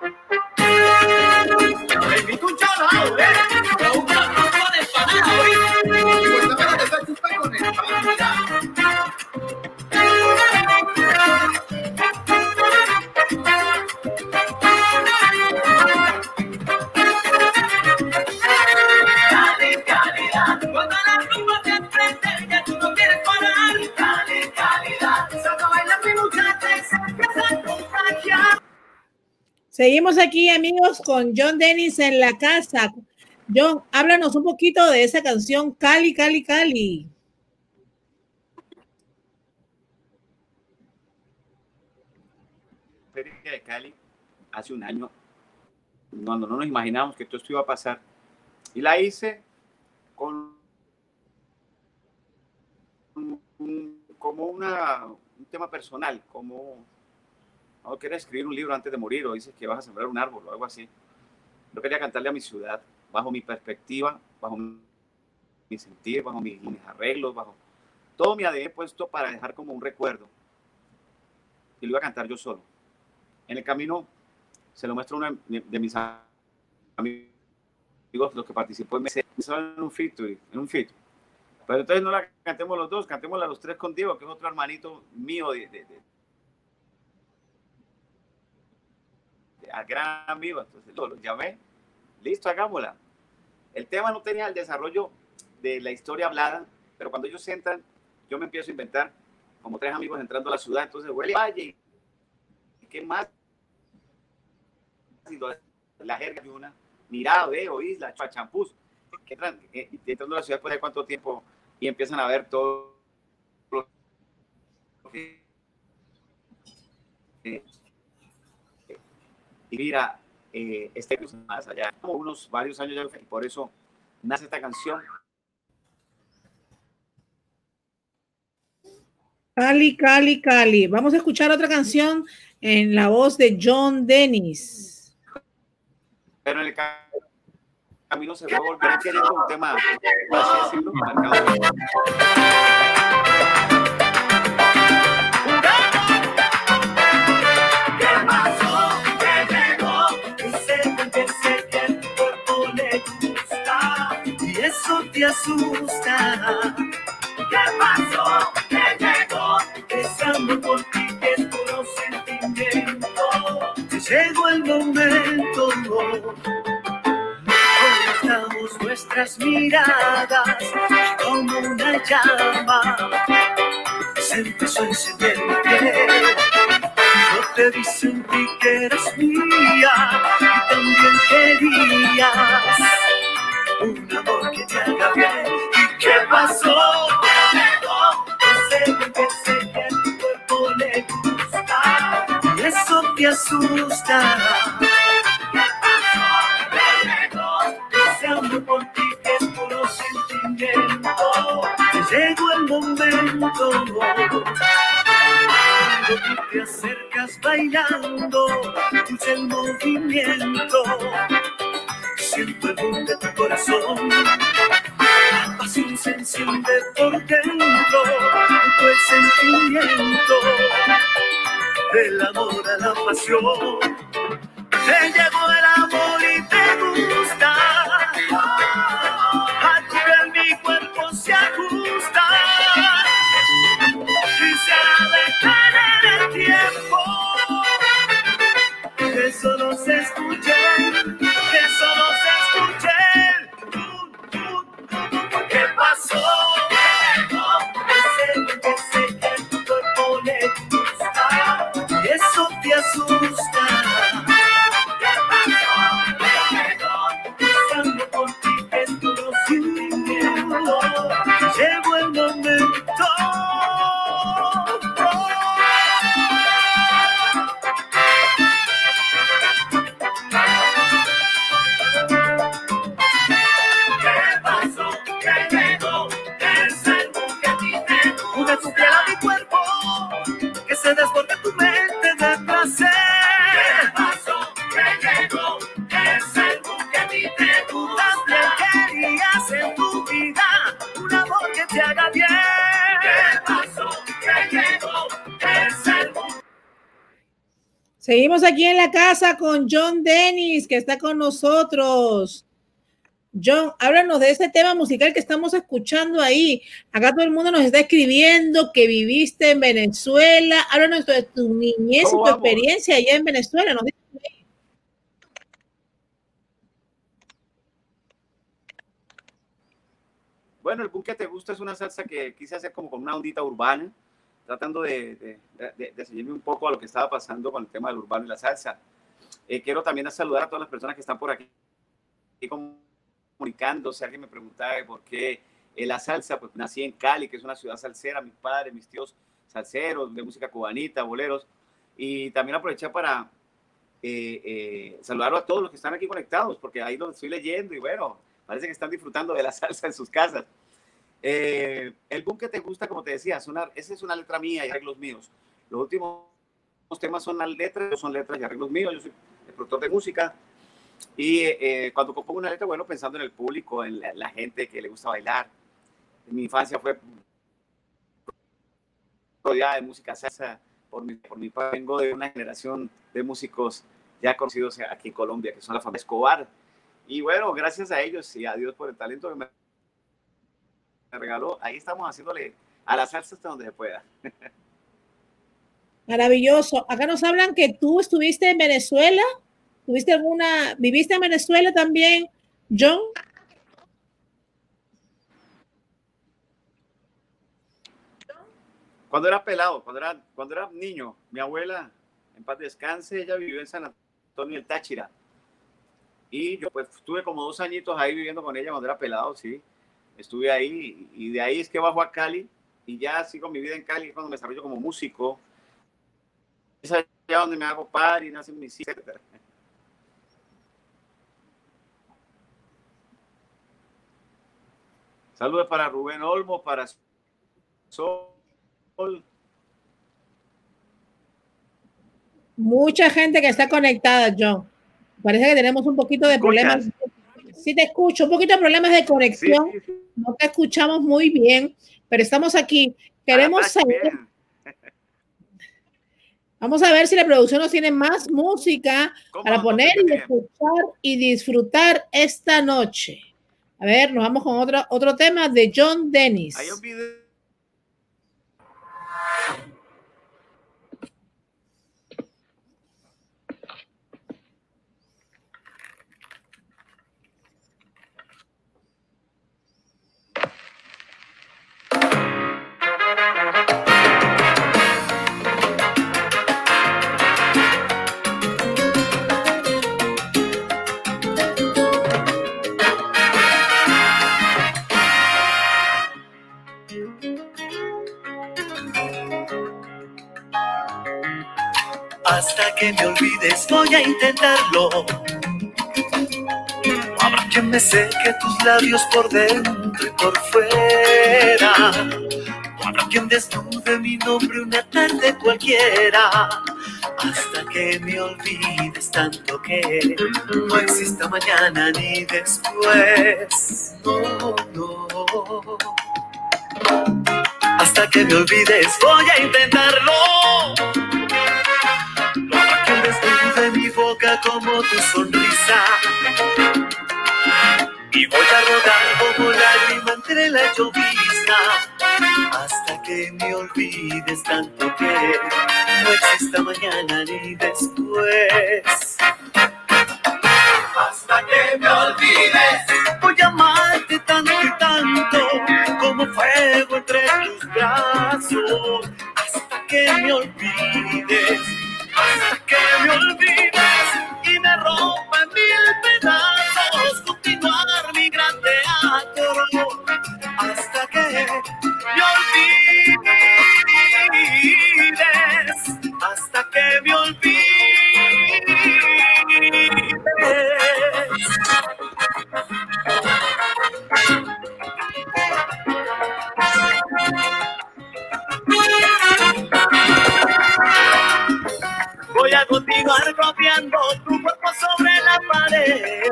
Me invito un chalao, ¿eh? A un plato de empanada, ¿oíste? Pues la verdad está chupa con el pan. Cali, calidad. Cuando la rumba te prende, ya tú no quieres parar. Cali, calidad. Solo baila mi muchacha y se empieza a contagiar. Seguimos aquí, amigos, con John Dennis en la casa. John, háblanos un poquito de esa canción Cali, Cali, Cali. Feria de Cali hace un año, cuando no nos imaginábamos que todo esto iba a pasar. Y la hice con un, como una, un tema personal, como no quieres escribir un libro antes de morir o dices que vas a sembrar un árbol o algo así. Yo quería cantarle a mi ciudad, bajo mi perspectiva, bajo mi sentir, bajo mis, mis arreglos, bajo todo mi A D N puesto para dejar como un recuerdo. Y lo iba a cantar yo solo. En el camino se lo muestro a uno de mis amigos, los que participó en, en un featuring, en un feat. Pero entonces no la cantemos los dos, cantémosla los tres con Diego, que es otro hermanito mío de, de, de, de a gran amigo. Entonces lo, lo llamé, listo, hagámosla. El tema no tenía el desarrollo de la historia hablada, pero cuando ellos entran, yo me empiezo a inventar como tres amigos entrando a la ciudad. Entonces huele valle, ¿qué más? La jerga de una mirada, veo, isla, champús. que entran, eh, entrando a la ciudad después de cuánto tiempo y empiezan a ver todo lo que... Eh, y mira, eh, este más allá, como unos varios años ya, y por eso nace esta canción. Cali, Cali, Cali. Vamos a escuchar otra canción en la voz de John Dennis. Pero en el camino se va a volver queriendo un tema, por así decirlo, marcado. ¿Qué pasó? ¿Qué llegó? Y sé que sé que el cuerpo le gusta y eso te asusta. ¿Qué pasó? ¿Qué llegó? Pensando por ti que es puro sentimiento. Llegó el momento. Conectamos nuestras miradas como una llama. Se empezó a encender mi piel. Yo te vi, sentí que eras mía y también querías un amor que te haga bien. ¿Y qué pasó? Sé que sé que tu cuerpo le gusta y eso te asusta. ¿Qué pasó? ¿Qué llegó? Deseando por ti que es puro sentimiento. Llegó el momento. Cuando tú te acercas bailando, escucha el movimiento. Siento el boom de tu corazón. La pasión se enciende por dentro, todo el sentimiento del amor a la pasión. Te llegó el amor y te gusta, aquí en mi cuerpo se ajusta, quisiera detener el tiempo, que solo se escuche, que solo se escuche. ¿Qué pasó? Sé que sé que tu cuerpo le gusta y eso te asusta. ¿Qué pasó? ¿Qué llegó? Pensando por ti que es todo sentimiento. Llegó el momento. Se desborda tu mente de placer. ¿Qué pasó? ¿Qué llegó? Es algo que a ti te gusta. Querías en tu vida un amor que te haga bien. ¿Qué pasó? ¿Qué llegó? Es algo. Seguimos aquí en la casa con John Dennis, que está con nosotros. John, háblanos de ese tema musical que estamos escuchando ahí. Acá todo el mundo nos está escribiendo que viviste en Venezuela. Háblanos de tu niñez y tu vamos? experiencia allá en Venezuela. Nos dice ahí. Bueno, el boom que te gusta es una salsa que quise hacer como con una ondita urbana, tratando de, de, de, de seguirme un poco a lo que estaba pasando con el tema del urbano y la salsa. Eh, quiero también saludar a todas las personas que están por aquí comunicándose. Alguien me preguntaba por qué eh, la salsa. Pues nací en Cali, que es una ciudad salsera. Mis padres, mis tíos salseros, de música cubanita, boleros. Y también aproveché para eh, eh, saludar a todos los que están aquí conectados, porque ahí los estoy leyendo y bueno, parece que están disfrutando de la salsa en sus casas. Eh, el boom que te gusta, como te decía, sonar, esa es una letra mía y arreglos míos. Los últimos temas son las letras, son letras y arreglos míos. Yo soy el productor de música. Y eh, cuando compongo una letra, bueno, pensando en el público, en la, la gente que le gusta bailar. Mi infancia fue rodeada de música salsa. Por mi, por mi padre vengo de una generación de músicos ya conocidos aquí en Colombia, que son la familia Escobar. Y bueno, gracias a ellos y a Dios por el talento que me regaló, ahí estamos haciéndole a la salsa hasta donde se pueda. Maravilloso. Acá nos hablan que tú estuviste en Venezuela. ¿Tuviste alguna, viviste en Venezuela también, John? Cuando era pelado, cuando era, cuando era niño, mi abuela, en paz descanse, ella vivió en San Antonio del Táchira. Y yo pues estuve como dos añitos ahí viviendo con ella cuando era pelado, sí. Estuve ahí y de ahí es que bajo a Cali y ya sigo mi vida en Cali, es cuando me desarrollo como músico. Es allá donde me hago party, nacen mis hijos, etcétera. Saludos para Rubén Olmo, para Sol. Mucha gente que está conectada, John. Parece que tenemos un poquito de problemas. Sí te escucho, un poquito de problemas de conexión. Sí, sí, sí. No te escuchamos muy bien, pero estamos aquí. Queremos ah, saber. Vamos a ver si la producción nos tiene más música para poner y escuchar y disfrutar esta noche. A ver, nos vamos con otro, otro tema de John Dennis. Ahí olvidé. Hasta que me olvides voy a intentarlo. No habrá quien me seque tus labios por dentro y por fuera. No habrá quien desnude mi nombre una tarde cualquiera. Hasta que me olvides tanto que no exista mañana ni después. No, no. Hasta que me olvides voy a intentarlo. No habrá quien desnude mi boca como tu sonrisa. Y voy a rodar como lágrima entre la llovizna. Hasta que me olvides tanto que no exista mañana ni después. Hasta que me olvides voy a amarte tanto y tanto como fuego entre tus brazos. Hasta que me olvides, hasta que me olvides y me rompa en mil pedazos continuar mi gran teatro. Hasta que me olvides, hasta que me olvides. Voy a continuar copiando tu cuerpo sobre la pared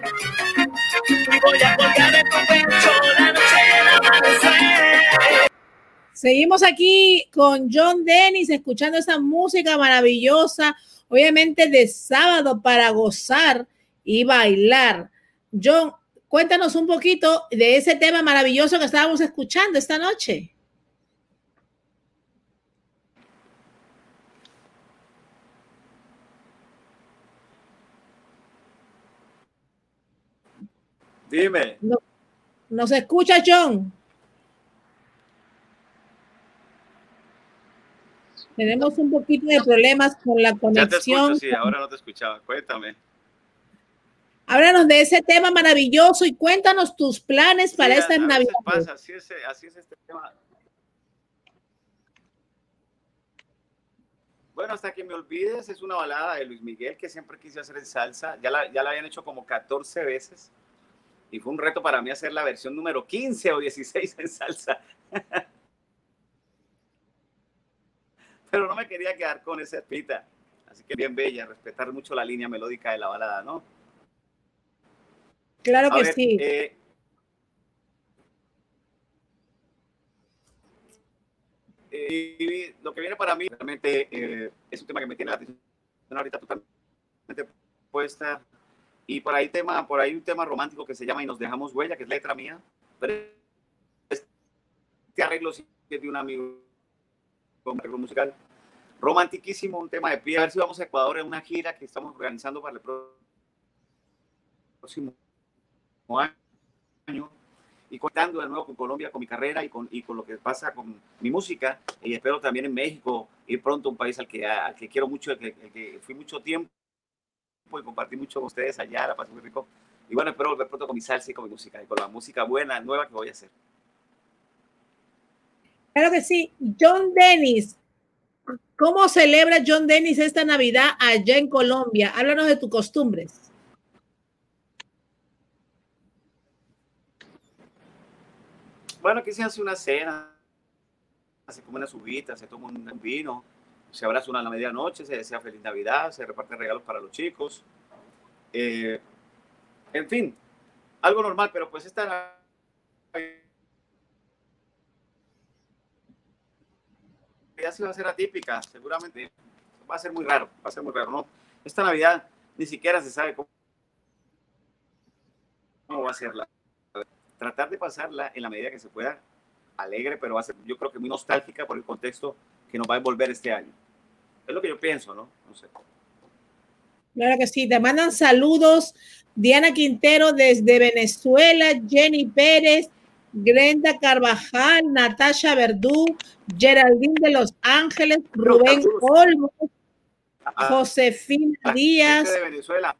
y voy a colgar en tu pecho la noche y el amanecer. Seguimos aquí con John Dennis escuchando esa música maravillosa, obviamente de sábado para gozar y bailar. John, cuéntanos un poquito de ese tema maravilloso que estábamos escuchando esta noche. Dime. No, ¿nos escucha, John? Tenemos un poquito de problemas con la conexión. Ya te escucho, sí, ahora no te escuchaba. Cuéntame. Háblanos de ese tema maravilloso y cuéntanos tus planes para sí, esta Navidad. Pasa, así, es, así es este tema. Bueno, Hasta que me olvides es una balada de Luis Miguel que siempre quise hacer en salsa. Ya la, ya la habían hecho como catorce veces. Y fue un reto para mí hacer la versión número quince o dieciséis en salsa. Pero no me quería quedar con esa espita. Así que bien bella, respetar mucho la línea melódica de la balada, ¿no? Claro A que ver, sí. Eh, eh, lo que viene para mí realmente eh, es un tema que me tiene la atención ahorita totalmente puesta. Y por ahí, tema, por ahí un tema romántico que se llama Y nos dejamos huella, que es letra mía. Pero este arreglo sí es de un amigo con arreglo musical. Romantiquísimo, un tema de pie. A ver si vamos a Ecuador en una gira que estamos organizando para el próximo año. Y contando de nuevo con Colombia, con mi carrera y con, y con lo que pasa con mi música. Y espero también en México ir pronto a un país al que, al que quiero mucho, al que, al que fui mucho tiempo. y compartí mucho con ustedes allá, la pasé muy rico. Y bueno, espero volver pronto con mi salsa y con mi música, y con la música buena, nueva que voy a hacer. Claro que sí. John Dennis, ¿cómo celebra John Dennis esta Navidad allá en Colombia? Háblanos de tus costumbres. Bueno, aquí se hace una cena, se come unas uvitas, se toma un vino, se abraza una a la medianoche, se desea feliz Navidad, se reparten regalos para los chicos. Eh, en fin, algo normal, pero pues esta Navidad sí va a ser atípica, seguramente va a ser muy raro, va a ser muy raro, ¿no? Esta Navidad ni siquiera se sabe cómo, cómo va a serla. Tratar de pasarla en la medida que se pueda alegre, pero va a ser, yo creo que muy nostálgica por el contexto que nos va a envolver este año. Es lo que yo pienso, ¿no? No sé. Claro que sí, te mandan saludos Diana Quintero desde Venezuela, Jenny Pérez, Grenda Carvajal, Natasha Verdú, Geraldine de Los Ángeles, Rubén Olmos, Josefina a, Díaz. Gente de Venezuela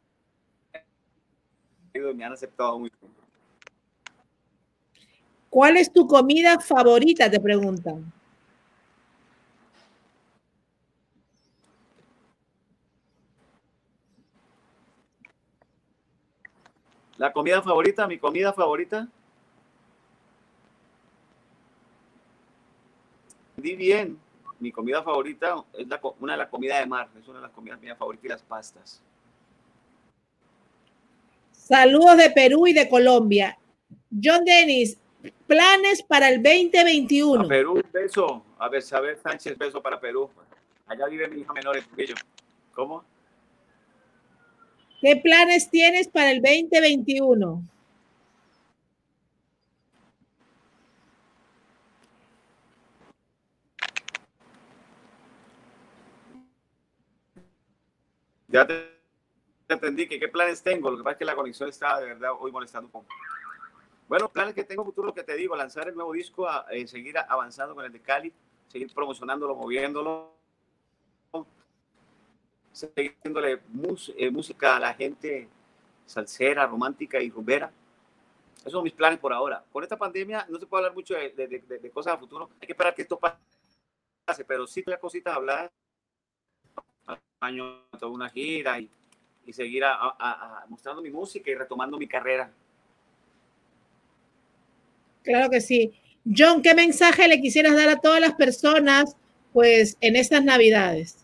me han aceptado muy bien. ¿Cuál es tu comida favorita? Te preguntan. La comida favorita, mi comida favorita. Di bien, mi comida favorita es la, una de las comidas de mar, es una de las comidas mías favoritas, y las pastas. Saludos de Perú y de Colombia. John Dennis, planes para el veinte veintiuno. A Perú, un beso. A ver, Isabel Sánchez, beso para Perú. Allá vive mi hija menor, el Trujillo. ¿Cómo? ¿Qué planes tienes para el veinte veintiuno? Ya te entendí que qué planes tengo. Lo que pasa es que la conexión está de verdad hoy molestando un poco. Bueno, planes que tengo futuro, que te digo, lanzar el nuevo disco, a, eh, seguir avanzando con el de Cali, seguir promocionándolo, moviéndolo, seguir dándole mus, eh, música a la gente salsera, romántica y rumbera. Esos son mis planes por ahora. Con esta pandemia no se puede hablar mucho de, de, de, de cosas a futuro. Hay que esperar que esto pase, pero sí las cositas habladas. Año, toda una gira y, y seguir a, a, a mostrando mi música y retomando mi carrera. Claro que sí. John, ¿qué mensaje le quisieras dar a todas las personas, pues, en estas Navidades?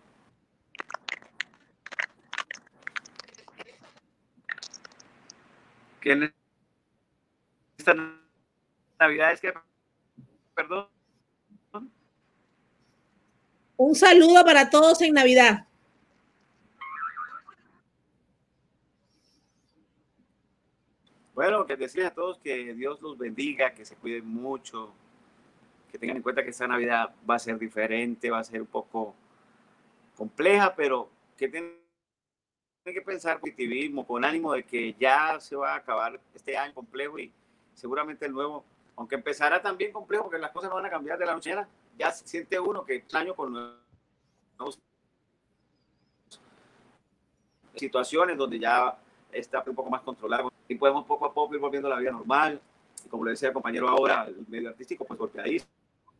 Que en estas Navidades, que, perdón. Un saludo para todos en Navidad. Bueno, que decirles a todos que Dios los bendiga, que se cuiden mucho, que tengan en cuenta que esta Navidad va a ser diferente, va a ser un poco compleja, pero que tienen que pensar positivismo, con ánimo de que ya se va a acabar este año complejo y seguramente el nuevo, aunque empezará también complejo, porque las cosas no van a cambiar de la noche a la mañana, ya siente uno que es año con nuevas situaciones donde ya está un poco más controlado y podemos poco a poco ir volviendo a la vida normal. Y como le decía el compañero ahora, el medio artístico, pues golpeadísimo,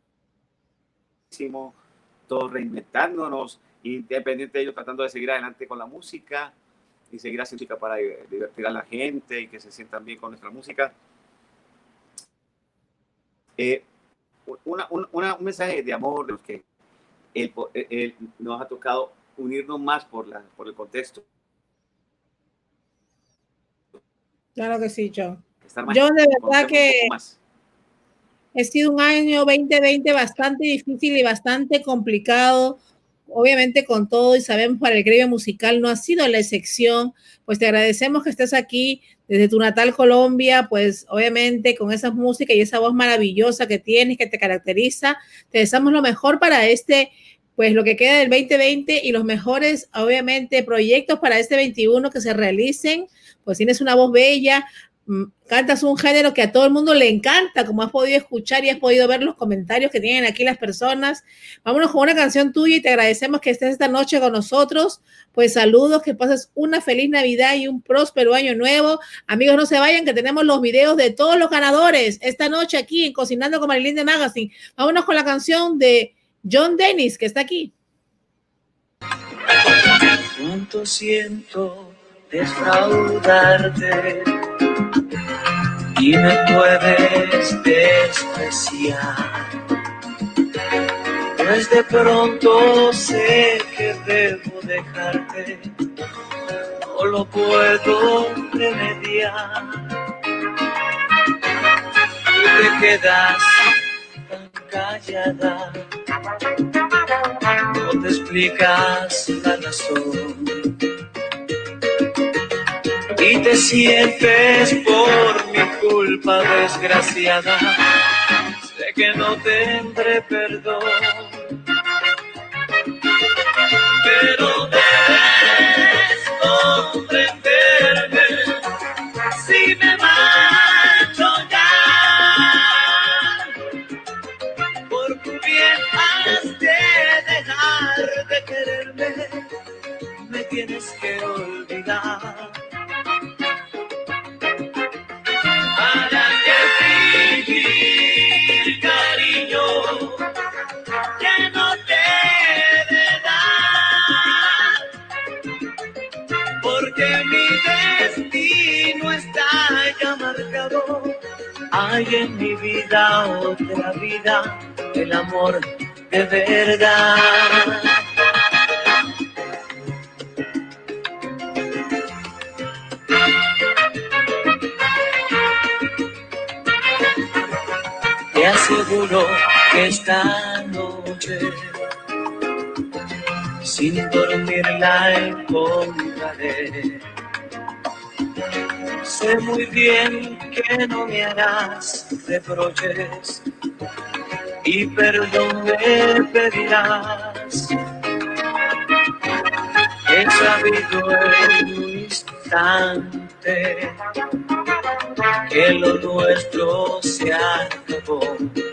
todos reinventándonos, independiente de ellos, tratando de seguir adelante con la música y seguir haciendo música para divertir a la gente y que se sientan bien con nuestra música. Eh, una, una, un mensaje de amor, de los que el, el, el, nos ha tocado unirnos más por, la, por el contexto. Claro que sí, John. John, de verdad que ha sido un año veinte veinte bastante difícil y bastante complicado, obviamente con todo, y sabemos para el gremio musical no ha sido la excepción. Pues te agradecemos que estés aquí desde tu natal Colombia, pues obviamente con esa música y esa voz maravillosa que tienes, que te caracteriza. Te deseamos lo mejor para este, pues lo que queda del veinte veinte y los mejores, obviamente, proyectos para este veintiuno que se realicen. Pues tienes una voz bella. cantas un género que a todo el mundo le encanta, como has podido escuchar y has podido ver los comentarios que tienen aquí las personas. Vámonos con una canción tuya y te agradecemos que estés esta noche con nosotros. Pues saludos, que pases una feliz Navidad y un próspero año nuevo. Amigos, no se vayan, que tenemos los videos de todos los ganadores esta noche aquí en Cocinando con Marilyn de Magazine. Vámonos con la canción de John Dennis, que está aquí. Cuánto siento defraudarte y me puedes despreciar, pues de pronto sé que debo dejarte, no lo puedo remediar. Tú te quedas tan callada, no te explicas la razón y te sientes por mi culpa desgraciada. Sé que no tendré perdón, pero debes comprenderme si me marcho ya. Por tu bien has de dejar de quererme, me tienes que olvidar. ¿Para qué fingir cariño que no te he de dar? Porque mi destino está ya marcado. Hay en mi vida otra vida, el amor de verdad. Te aseguro que esta noche sin dormir la encontraré. Sé muy bien que no me harás reproches y perdón me pedirás. He sabido en un instante que lo nuestro se acabó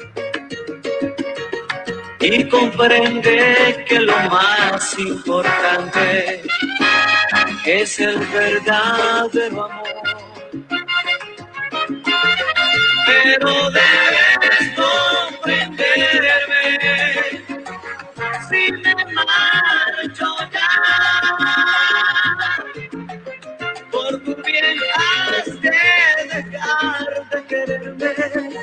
y comprende que lo más importante es el verdadero amor. Pero debes comprenderme si me marcho ya. Por tu bien has de dejar de quererme.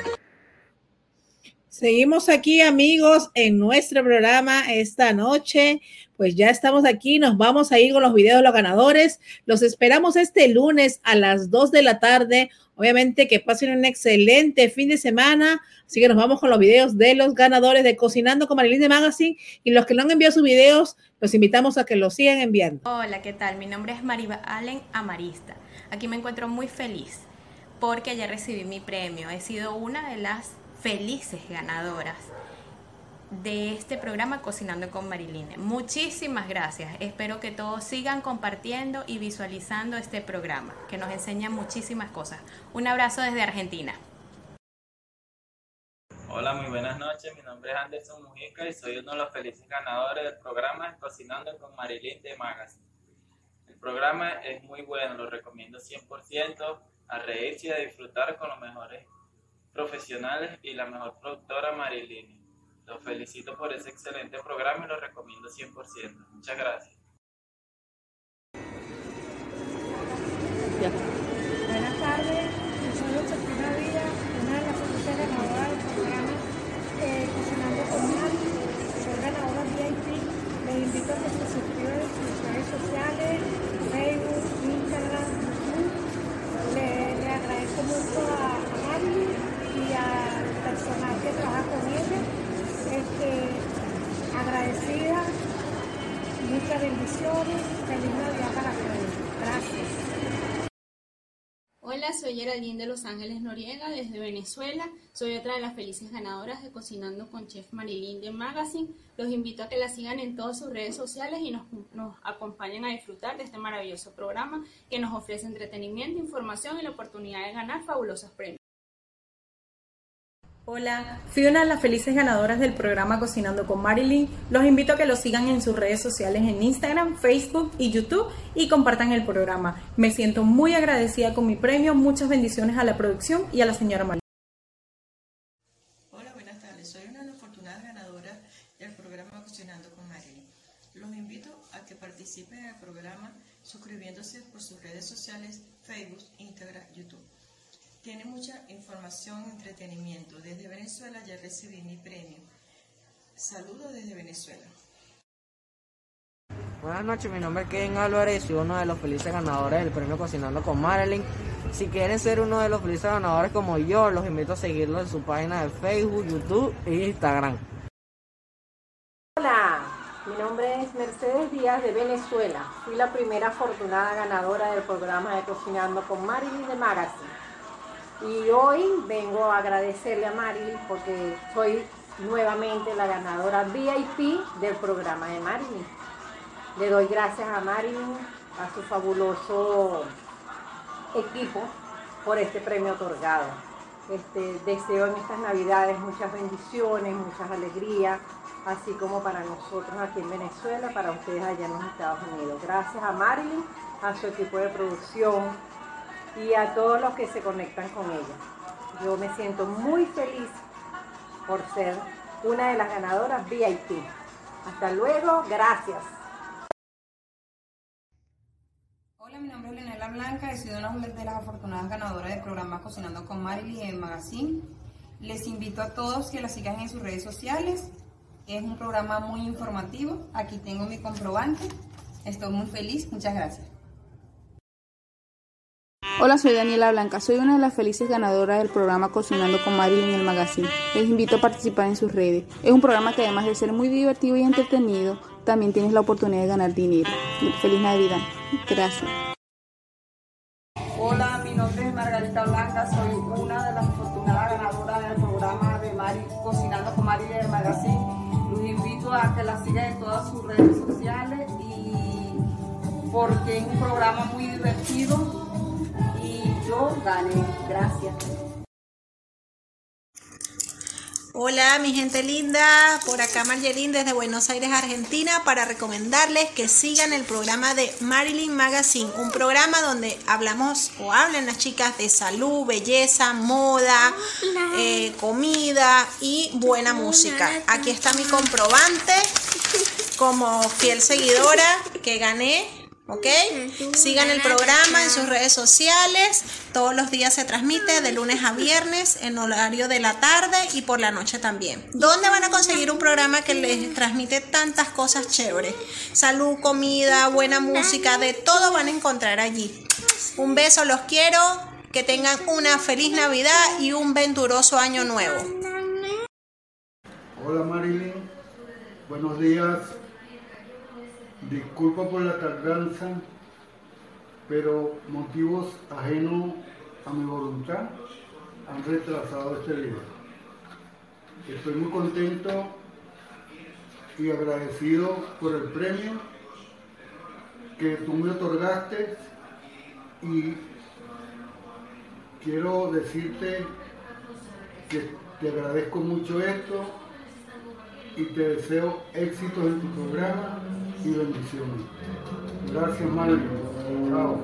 Seguimos aquí, amigos, en nuestro programa esta noche. Pues ya estamos aquí, nos vamos a ir con los videos de los ganadores. Los esperamos este lunes a las dos de la tarde. Obviamente que pasen un excelente fin de semana. Así que nos vamos con los videos de los ganadores de Cocinando con Marilyn de Magazine. Y los que no han enviado sus videos, los invitamos a que los sigan enviando. Hola, ¿qué tal? Mi nombre es Mariva Allen Amarista. Aquí me encuentro muy feliz porque ya recibí mi premio. He sido una de las felices ganadoras de este programa Cocinando con Marilyn. Muchísimas gracias. Espero que todos sigan compartiendo y visualizando este programa, que nos enseña muchísimas cosas. Un abrazo desde Argentina. Hola, muy buenas noches. Mi nombre es Anderson Mujica y soy uno de los felices ganadores del programa Cocinando con Marilyn de Magazine. El programa es muy bueno, lo recomiendo cien por ciento, a reírse y a disfrutar con los mejores profesionales y la mejor productora Marilyn. Los felicito por ese excelente programa y lo recomiendo cien por ciento. Muchas gracias. Buenas tardes, soy Josefina Díaz, una de las felices ganadoras del programa eh, Cocinando con Marilyn. Soy ganadora V I P. Les invito a que se suscriban en sus redes sociales, Facebook, Instagram, YouTube. Le, le agradezco mucho a Marilyn y al personal que trabaja con ella. Este, agradecida, muchas bendiciones, feliz Navidad para todos. Gracias. Hola, soy Geraldine de Los Ángeles Noriega desde Venezuela. Soy otra de las felices ganadoras de Cocinando con Chef Marilyn de Magazine. Los invito a que la sigan en todas sus redes sociales y nos, nos acompañen a disfrutar de este maravilloso programa que nos ofrece entretenimiento, información y la oportunidad de ganar fabulosos premios. Hola, fui una de las felices ganadoras del programa Cocinando con Marilyn. Los invito a que lo sigan en sus redes sociales en Instagram, Facebook y YouTube y compartan el programa. Me siento muy agradecida con mi premio. Muchas bendiciones a la producción y a la señora Marilyn. Hola, buenas tardes. Soy una de las afortunadas ganadoras del programa Cocinando con Marilyn. Los invito a que participen en el programa suscribiéndose por sus redes sociales, Facebook, Instagram, YouTube. Tiene mucha información y entretenimiento. Desde Venezuela ya recibí mi premio. Saludos desde Venezuela. Buenas noches, mi nombre es Kevin Álvarez, soy uno de los felices ganadores del premio Cocinando con Marilyn. Si quieren ser uno de los felices ganadores como yo, los invito a seguirlo en su página de Facebook, YouTube e Instagram. Hola, mi nombre es Mercedes Díaz de Venezuela. Fui la primera afortunada ganadora del programa de Cocinando con Marilyn de Magazine. Y hoy vengo a agradecerle a Marilyn porque soy nuevamente la ganadora V I P del programa de Marilyn. Le doy gracias a Marilyn, a su fabuloso equipo por este premio otorgado. Este, deseo en estas Navidades muchas bendiciones, muchas alegrías, así como para nosotros aquí en Venezuela, para ustedes allá en los Estados Unidos. Gracias a Marilyn, a su equipo de producción y a todos los que se conectan con ella. Yo me siento muy feliz por ser una de las ganadoras V I P. Hasta luego, gracias. Hola, mi nombre es Leonela Blanca y soy una de las afortunadas ganadoras del programa Cocinando con Marilyn en Magazine. Les invito a todos que la sigan en sus redes sociales. Es un programa muy informativo. Aquí tengo mi comprobante. Estoy muy feliz. Muchas gracias. Hola, soy Daniela Blanca, soy una de las felices ganadoras del programa Cocinando con Marilyn en el Magazine. Les invito a participar en sus redes. Es un programa que además de ser muy divertido y entretenido, también tienes la oportunidad de ganar dinero. Feliz Navidad. Gracias. Hola, mi nombre es Margarita Blanca, soy una de las afortunadas ganadoras del programa de Mari, Cocinando con Marilyn en el Magazine. Los invito a que la sigan en todas sus redes sociales y porque es un programa muy divertido. Yo gané, gracias. Hola mi gente linda, por acá Margelín desde Buenos Aires, Argentina, para recomendarles que sigan el programa de Marilyn Magazine, un programa donde hablamos o hablan las chicas de salud, belleza, moda, eh, comida y buena música. Aquí está mi comprobante como fiel seguidora que gané. ¿Ok? Sigan el programa en sus redes sociales. Todos los días se transmite de lunes a viernes en horario de la tarde y por la noche también. ¿Dónde van a conseguir un programa que les transmite tantas cosas chéveres? Salud, comida, buena música, de todo van a encontrar allí. Un beso, los quiero. Que tengan una feliz Navidad y un venturoso año nuevo. Hola Marilyn, buenos días. Disculpa por la tardanza, pero motivos ajenos a mi voluntad han retrasado este video. Estoy muy contento y agradecido por el premio que tú me otorgaste y quiero decirte que te agradezco mucho esto y te deseo éxitos en tu programa y bendiciones. Gracias, Marilyn. Chao.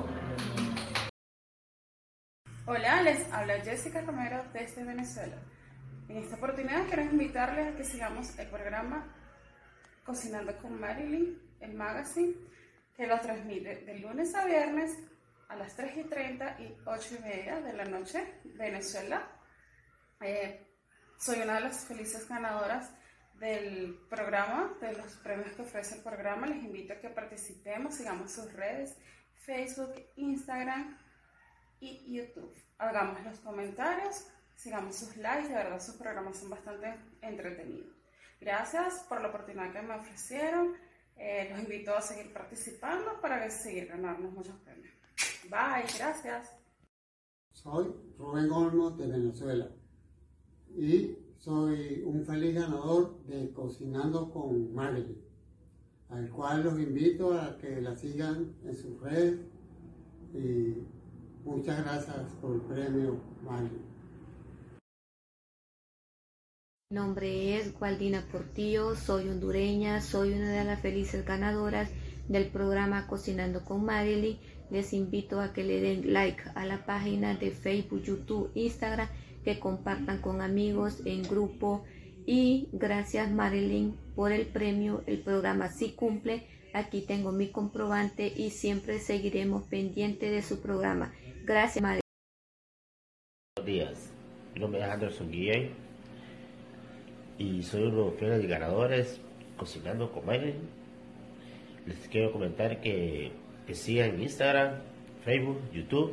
Hola, les habla Jessica Romero desde Venezuela. En esta oportunidad quiero invitarles a que sigamos el programa Cocinando con Marilyn, el magazine, que lo transmite de lunes a viernes a las tres y treinta y ocho y media de la noche, Venezuela. Eh, soy una de las felices ganadoras del programa, de los premios que ofrece el programa. Les invito a que participemos, sigamos sus redes, Facebook, Instagram y YouTube. Hagamos los comentarios, sigamos sus likes, de verdad sus programas son bastante entretenidos. Gracias por la oportunidad que me ofrecieron. Eh, los invito a seguir participando para seguir ganarnos muchos premios. Bye, gracias. Soy Rubén Olmos de Venezuela y soy un feliz ganador de Cocinando con Marilyn, al cual los invito a que la sigan en sus redes y muchas gracias por el premio, Marilyn. Mi nombre es Gualdina Portillo, soy hondureña, soy una de las felices ganadoras del programa Cocinando con Marilyn. Les invito a que le den like a la página de Facebook, YouTube, Instagram, que compartan con amigos en grupo. Y gracias, Marilyn, por el premio. El programa sí cumple. Aquí tengo mi comprobante y siempre seguiremos pendientes de su programa. Gracias, Marilyn. Buenos días, mi nombre es Anderson Guillén y soy uno de los fieles ganadores Cocinando con Marilyn. Les quiero comentar que, que sigan en Instagram, Facebook, YouTube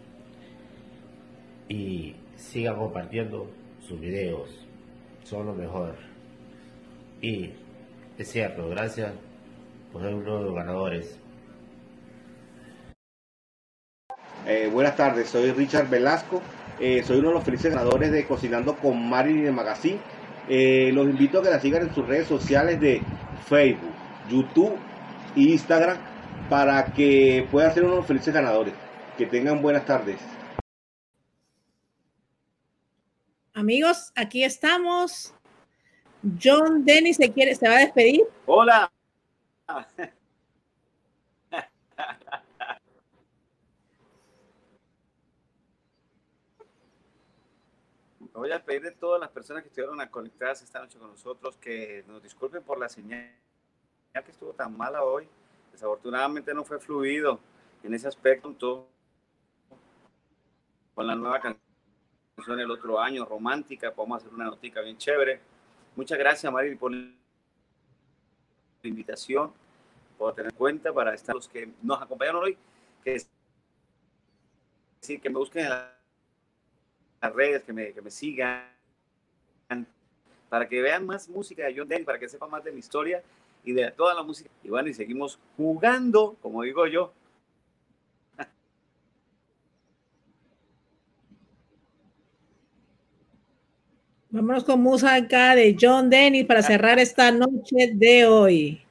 y sigan compartiendo sus videos, son lo mejor. Y es cierto, gracias por ser uno de los ganadores. Eh, buenas tardes, soy Richard Velasco, eh, soy uno de los felices ganadores de Cocinando con Marilyn de Magazine. Eh, los invito a que la sigan en sus redes sociales de Facebook, YouTube e Instagram para que puedan ser uno de los felices ganadores. Que tengan buenas tardes. Amigos, aquí estamos. John Dennis se quiere, se va a despedir. Hola. Me voy a despedir de todas las personas que estuvieron conectadas esta noche con nosotros, que nos disculpen por la señal que estuvo tan mala hoy. Desafortunadamente no fue fluido en ese aspecto. Todo con la nueva canción el otro año, romántica, podemos hacer una notica bien chévere. Muchas gracias, Mari, por la invitación, por tener en cuenta para estar los que nos acompañaron hoy, que sí, que me busquen en las redes, que me, que me sigan, para que vean más música de John Dennis, para que sepan más de mi historia y de toda la música. Y bueno, y seguimos jugando, como digo yo. Vámonos con música de John Dennis para cerrar esta noche de hoy.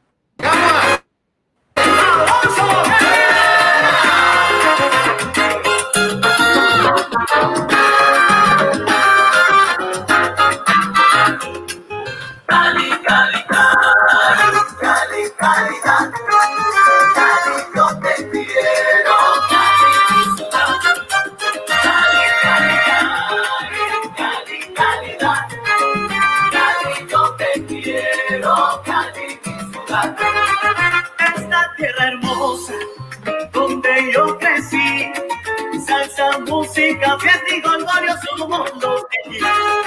Cali, Cali, Cali, Cali, calidad. Cali, yo te quiero. Cali, mi ciudad. Cali, Cali, Cali, Cali, calidad. Cali, yo te quiero. Cali, mi ciudad. Esta tierra hermosa donde yo crecí. Salsa, música, fiesta y golgorio somos los de aquí.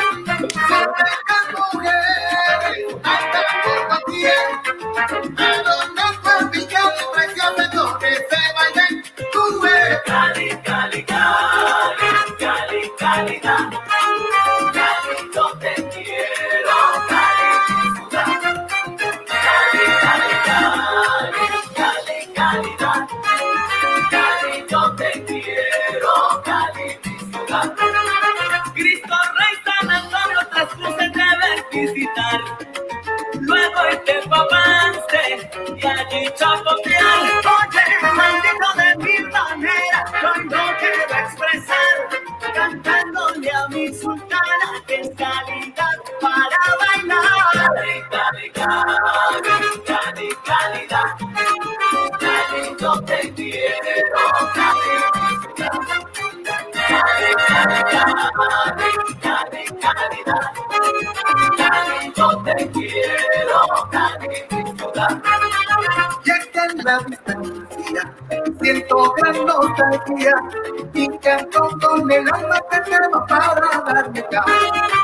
Cali, Cali, Cali, Cali, calidad. Cali, yo te quiero. Cali, mi ciudad. Cali, Cali, Cali, Cali, calidad. Cali, yo te quiero. Cali, mi ciudad. Cristo Rey, San Antonio, otras cruces debes visitar. Luego irte pa' Pance y allí chapotear. Oye, maldito de mi manera, hoy no quiero expresar, cantándole a mi sultana que es calidad para bailar. Cali, Cali, Cali, Cali, calidad. Cali, yo te quiero. Cali, mi ciudad. Cali, Cali, Cali, Cali, calidad. Cali, yo te quiero. Cali, mi ciudad. Ya que en la distancia siento gran nostalgia y canto con el alma que tengo para darme calma.